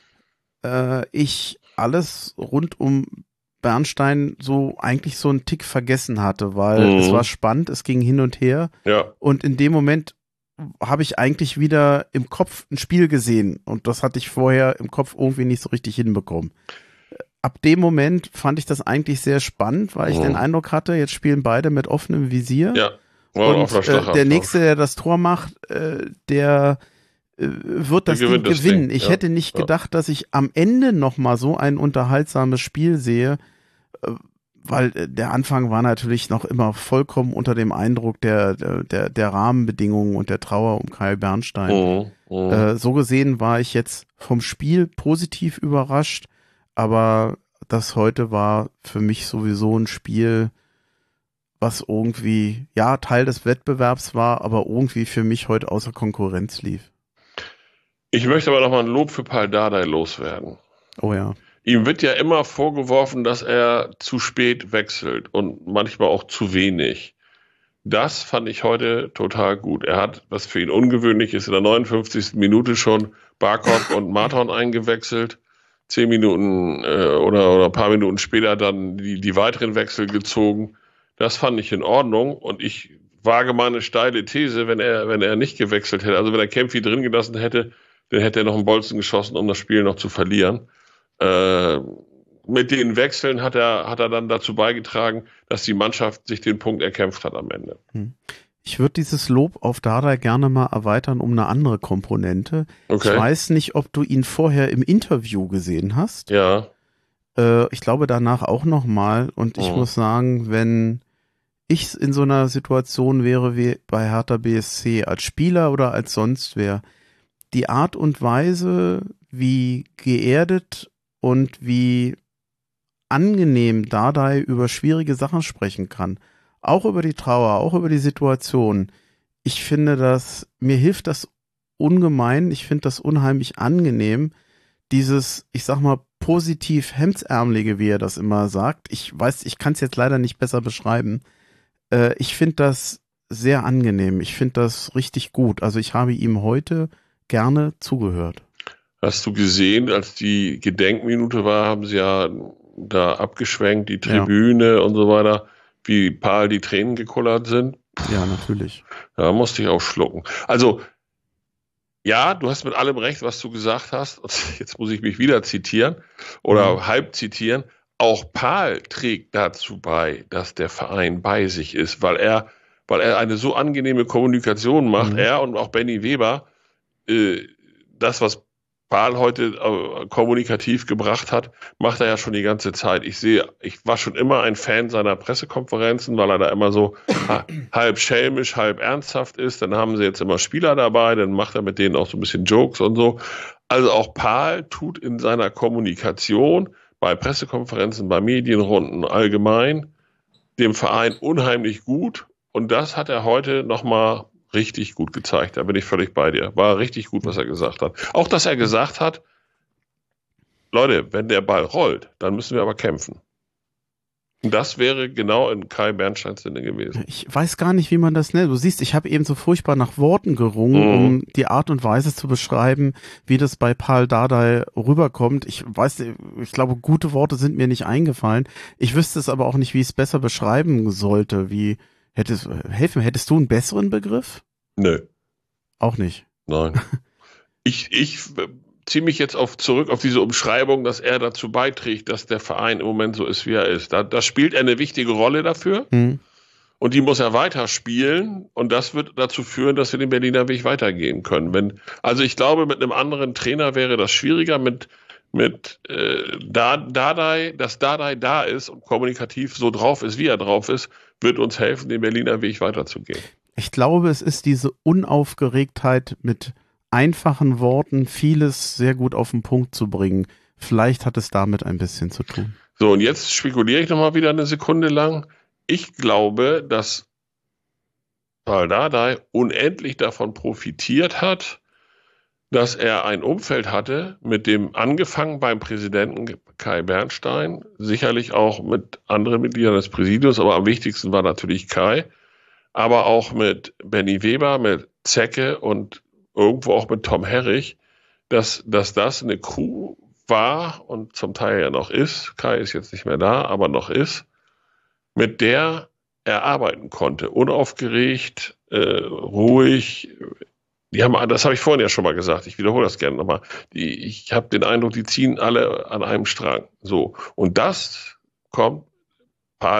Speaker 3: äh, ich alles rund um Bernstein so eigentlich so einen Tick vergessen hatte, weil mhm. es war spannend, es ging hin und her.
Speaker 4: Ja.
Speaker 3: Und in dem Moment habe ich eigentlich wieder im Kopf ein Spiel gesehen und das hatte ich vorher im Kopf irgendwie nicht so richtig hinbekommen. Ab dem Moment fand ich das eigentlich sehr spannend, weil ich mhm. den Eindruck hatte, jetzt spielen beide mit offenem Visier.
Speaker 4: Ja. Oh,
Speaker 3: und äh, der Nächste, der das Tor macht, äh, der äh, wird das Ding das gewinnen. Ding. Ich ja. hätte nicht ja. gedacht, dass ich am Ende nochmal so ein unterhaltsames Spiel sehe, äh, weil der Anfang war natürlich noch immer vollkommen unter dem Eindruck der, der, der Rahmenbedingungen und der Trauer um Kai Bernstein. Oh, oh. Äh, so gesehen war ich jetzt vom Spiel positiv überrascht, aber das heute war für mich sowieso ein Spiel, was irgendwie, ja, Teil des Wettbewerbs war, aber irgendwie für mich heute außer Konkurrenz lief.
Speaker 4: Ich möchte aber nochmal ein Lob für Pal Dardai loswerden.
Speaker 3: Oh ja.
Speaker 4: Ihm wird ja immer vorgeworfen, dass er zu spät wechselt und manchmal auch zu wenig. Das fand ich heute total gut. Er hat, was für ihn ungewöhnlich ist, in der neunundfünfzigsten Minute schon Barkok und Marton eingewechselt. Zehn Minuten äh, oder, oder ein paar Minuten später dann die, die weiteren Wechsel gezogen. Das fand ich in Ordnung und ich wage mal eine steile These, wenn er, wenn er nicht gewechselt hätte, also wenn er Kempfi drin gelassen hätte, dann hätte er noch einen Bolzen geschossen, um das Spiel noch zu verlieren. Äh, mit den Wechseln hat er, hat er dann dazu beigetragen, dass die Mannschaft sich den Punkt erkämpft hat am Ende.
Speaker 3: Ich würde dieses Lob auf Dardai gerne mal erweitern um eine andere Komponente. Okay. Ich weiß nicht, ob du ihn vorher im Interview gesehen hast.
Speaker 4: Ja.
Speaker 3: Äh, ich glaube danach auch nochmal und ich oh. muss sagen, wenn ich in so einer Situation wäre wie bei Hertha B S C als Spieler oder als sonst wer, die Art und Weise, wie geerdet und wie angenehm Dardai über schwierige Sachen sprechen kann, auch über die Trauer, auch über die Situation. Ich finde das, mir hilft das ungemein, ich finde das unheimlich angenehm, dieses, ich sag mal, positiv Hemdsärmelige, wie er das immer sagt. Ich weiß, ich kann es jetzt leider nicht besser beschreiben. Äh, ich finde das sehr angenehm, ich finde das richtig gut. Also ich habe ihm heute gerne zugehört.
Speaker 4: Hast du gesehen, als die Gedenkminute war, haben sie ja da abgeschwenkt, die Tribüne ja. und so weiter, wie Pal die Tränen gekullert sind?
Speaker 3: Ja, natürlich.
Speaker 4: Da musste ich auch schlucken. Also, ja, du hast mit allem recht, was du gesagt hast. Und jetzt muss ich mich wieder zitieren oder mhm. halb zitieren. Auch Pal trägt dazu bei, dass der Verein bei sich ist, weil er, weil er eine so angenehme Kommunikation macht. Mhm. Er und auch Benny Weber, äh, das, was Pal heute äh, kommunikativ gebracht hat, macht er ja schon die ganze Zeit. Ich sehe, ich war schon immer ein Fan seiner Pressekonferenzen, weil er da immer so ha, halb schelmisch, halb ernsthaft ist. Dann haben sie jetzt immer Spieler dabei, dann macht er mit denen auch so ein bisschen Jokes und so. Also auch Pal tut in seiner Kommunikation bei Pressekonferenzen, bei Medienrunden allgemein dem Verein unheimlich gut. Und das hat er heute nochmal richtig gut gezeigt. Da bin ich völlig bei dir. War richtig gut, was er gesagt hat. Auch, dass er gesagt hat, Leute, wenn der Ball rollt, dann müssen wir aber kämpfen. Und das wäre genau in Kai Bernsteins Sinne gewesen.
Speaker 3: Ich weiß gar nicht, wie man das nennt. Du siehst, ich habe eben so furchtbar nach Worten gerungen, mhm. um die Art und Weise zu beschreiben, wie das bei Pal Dardai rüberkommt. Ich weiß, ich glaube, gute Worte sind mir nicht eingefallen. Ich wüsste es aber auch nicht, wie ich es besser beschreiben sollte. Wie hättest, helfen, hättest du einen besseren Begriff?
Speaker 4: Nö.
Speaker 3: Auch nicht?
Speaker 4: Nein. ich, ich ziehe mich jetzt auf, zurück auf diese Umschreibung, dass er dazu beiträgt, dass der Verein im Moment so ist, wie er ist. Da, da spielt er eine wichtige Rolle dafür. Mhm. Und die muss er weiterspielen. Und das wird dazu führen, dass wir den Berliner Weg weitergehen können. Wenn, also ich glaube, mit einem anderen Trainer wäre das schwieriger. Mit, mit äh, Dardai, dass Dardai da ist und kommunikativ so drauf ist, wie er drauf ist, wird uns helfen, den Berliner Weg weiterzugehen.
Speaker 3: Ich glaube, es ist diese Unaufgeregtheit, mit einfachen Worten vieles sehr gut auf den Punkt zu bringen. Vielleicht hat es damit ein bisschen zu tun.
Speaker 4: So, und jetzt spekuliere ich nochmal wieder eine Sekunde lang. Ich glaube, dass Pal Dardai unendlich davon profitiert hat, dass er ein Umfeld hatte, mit dem angefangen beim Präsidenten Kai Bernstein, sicherlich auch mit anderen Mitgliedern des Präsidiums, aber am wichtigsten war natürlich Kai, aber auch mit Benny Weber, mit Zecke und irgendwo auch mit Tom Herrich, dass, dass das eine Crew war und zum Teil ja noch ist, Kai ist jetzt nicht mehr da, aber noch ist, mit der er arbeiten konnte, unaufgeregt, äh, ruhig. Die haben, das habe ich vorhin ja schon mal gesagt, ich wiederhole das gerne nochmal. Die, ich habe den Eindruck, die ziehen alle an einem Strang. So. Und das kommt Pal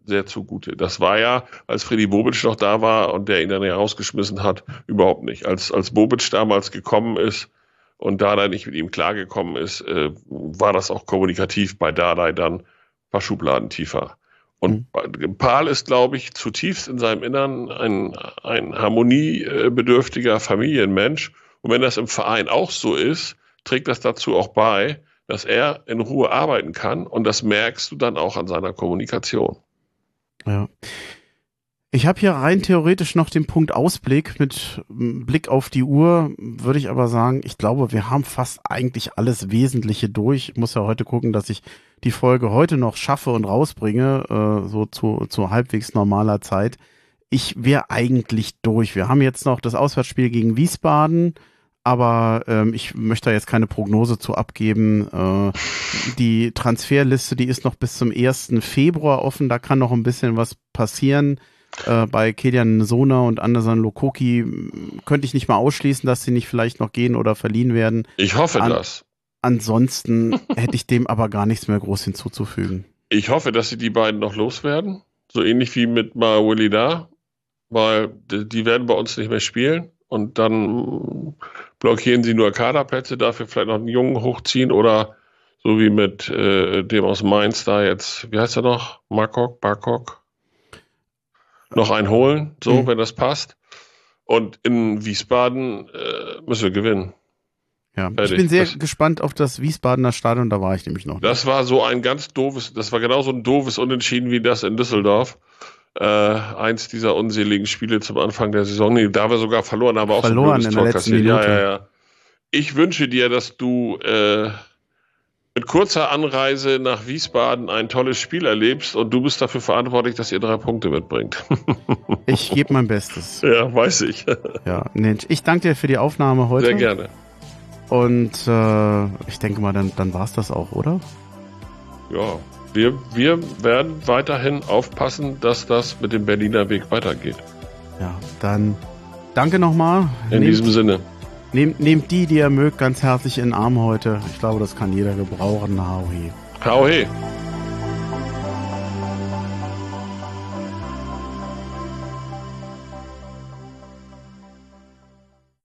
Speaker 4: sehr zugute. Das war ja, als Freddy Bobic noch da war und der ihn dann ja rausgeschmissen hat, überhaupt nicht. Als, als Bobic damals gekommen ist und Dardai nicht mit ihm klargekommen ist, äh, war das auch kommunikativ bei Dardai dann ein paar Schubladen tiefer. Und mhm. Pahl ist, glaube ich, zutiefst in seinem Innern ein, ein harmoniebedürftiger Familienmensch. Und wenn das im Verein auch so ist, trägt das dazu auch bei, dass er in Ruhe arbeiten kann. Und das merkst du dann auch an seiner Kommunikation.
Speaker 3: Ja. Ich habe hier rein theoretisch noch den Punkt Ausblick. Mit Blick auf die Uhr würde ich aber sagen, ich glaube, wir haben fast eigentlich alles Wesentliche durch. Ich muss ja heute gucken, dass ich die Folge heute noch schaffe und rausbringe, äh, so zu, zu halbwegs normaler Zeit. Ich wäre eigentlich durch. Wir haben jetzt noch das Auswärtsspiel gegen Wiesbaden, aber ähm, ich möchte da jetzt keine Prognose zu abgeben. Äh, die Transferliste, die ist noch bis zum ersten Februar offen. Da kann noch ein bisschen was passieren. Äh, bei Kedian Sona und Anderson Lokoki könnte ich nicht mal ausschließen, dass sie nicht vielleicht noch gehen oder verliehen werden.
Speaker 4: Ich hoffe
Speaker 3: An-
Speaker 4: das.
Speaker 3: Ansonsten hätte ich dem aber gar nichts mehr groß hinzuzufügen.
Speaker 4: Ich hoffe, dass sie die beiden noch loswerden. So ähnlich wie mit Maroueli da. Weil die, die werden bei uns nicht mehr spielen. Und dann blockieren sie nur Kaderplätze, dafür vielleicht noch einen Jungen hochziehen oder so wie mit äh, dem aus Mainz da jetzt, wie heißt er noch? Markok, Barkok? Noch einen holen, so, mhm. wenn das passt. Und in Wiesbaden äh, müssen wir gewinnen.
Speaker 3: Ja,
Speaker 4: Fertig.
Speaker 3: ich bin sehr
Speaker 4: das,
Speaker 3: gespannt auf das Wiesbadener Stadion, da war ich nämlich noch.
Speaker 4: Das war so ein ganz doofes, das war genauso ein doofes Unentschieden wie das in Düsseldorf. Äh, eins dieser unseligen Spiele zum Anfang der Saison. Nee, da wir sogar verloren, aber auch
Speaker 3: verloren
Speaker 4: so ein
Speaker 3: in der letzten Minute.
Speaker 4: Ja, ja, ja. Ich wünsche dir, dass du äh, mit kurzer Anreise nach Wiesbaden ein tolles Spiel erlebst und du bist dafür verantwortlich, dass ihr drei Punkte mitbringt.
Speaker 3: Ich gebe mein Bestes.
Speaker 4: Ja, weiß ich.
Speaker 3: Ja, Mensch, ich danke dir für die Aufnahme heute.
Speaker 4: Sehr gerne.
Speaker 3: Und äh, ich denke mal, dann, dann war es das auch, oder?
Speaker 4: Ja, wir, wir werden weiterhin aufpassen, dass das mit dem Berliner Weg weitergeht.
Speaker 3: Ja, dann danke nochmal.
Speaker 4: In nehmt, diesem Sinne.
Speaker 3: Nehmt, nehmt die, die ihr mögt, ganz herzlich in den Arm heute. Ich glaube, das kann jeder gebrauchen. Hau he.
Speaker 4: Hau he.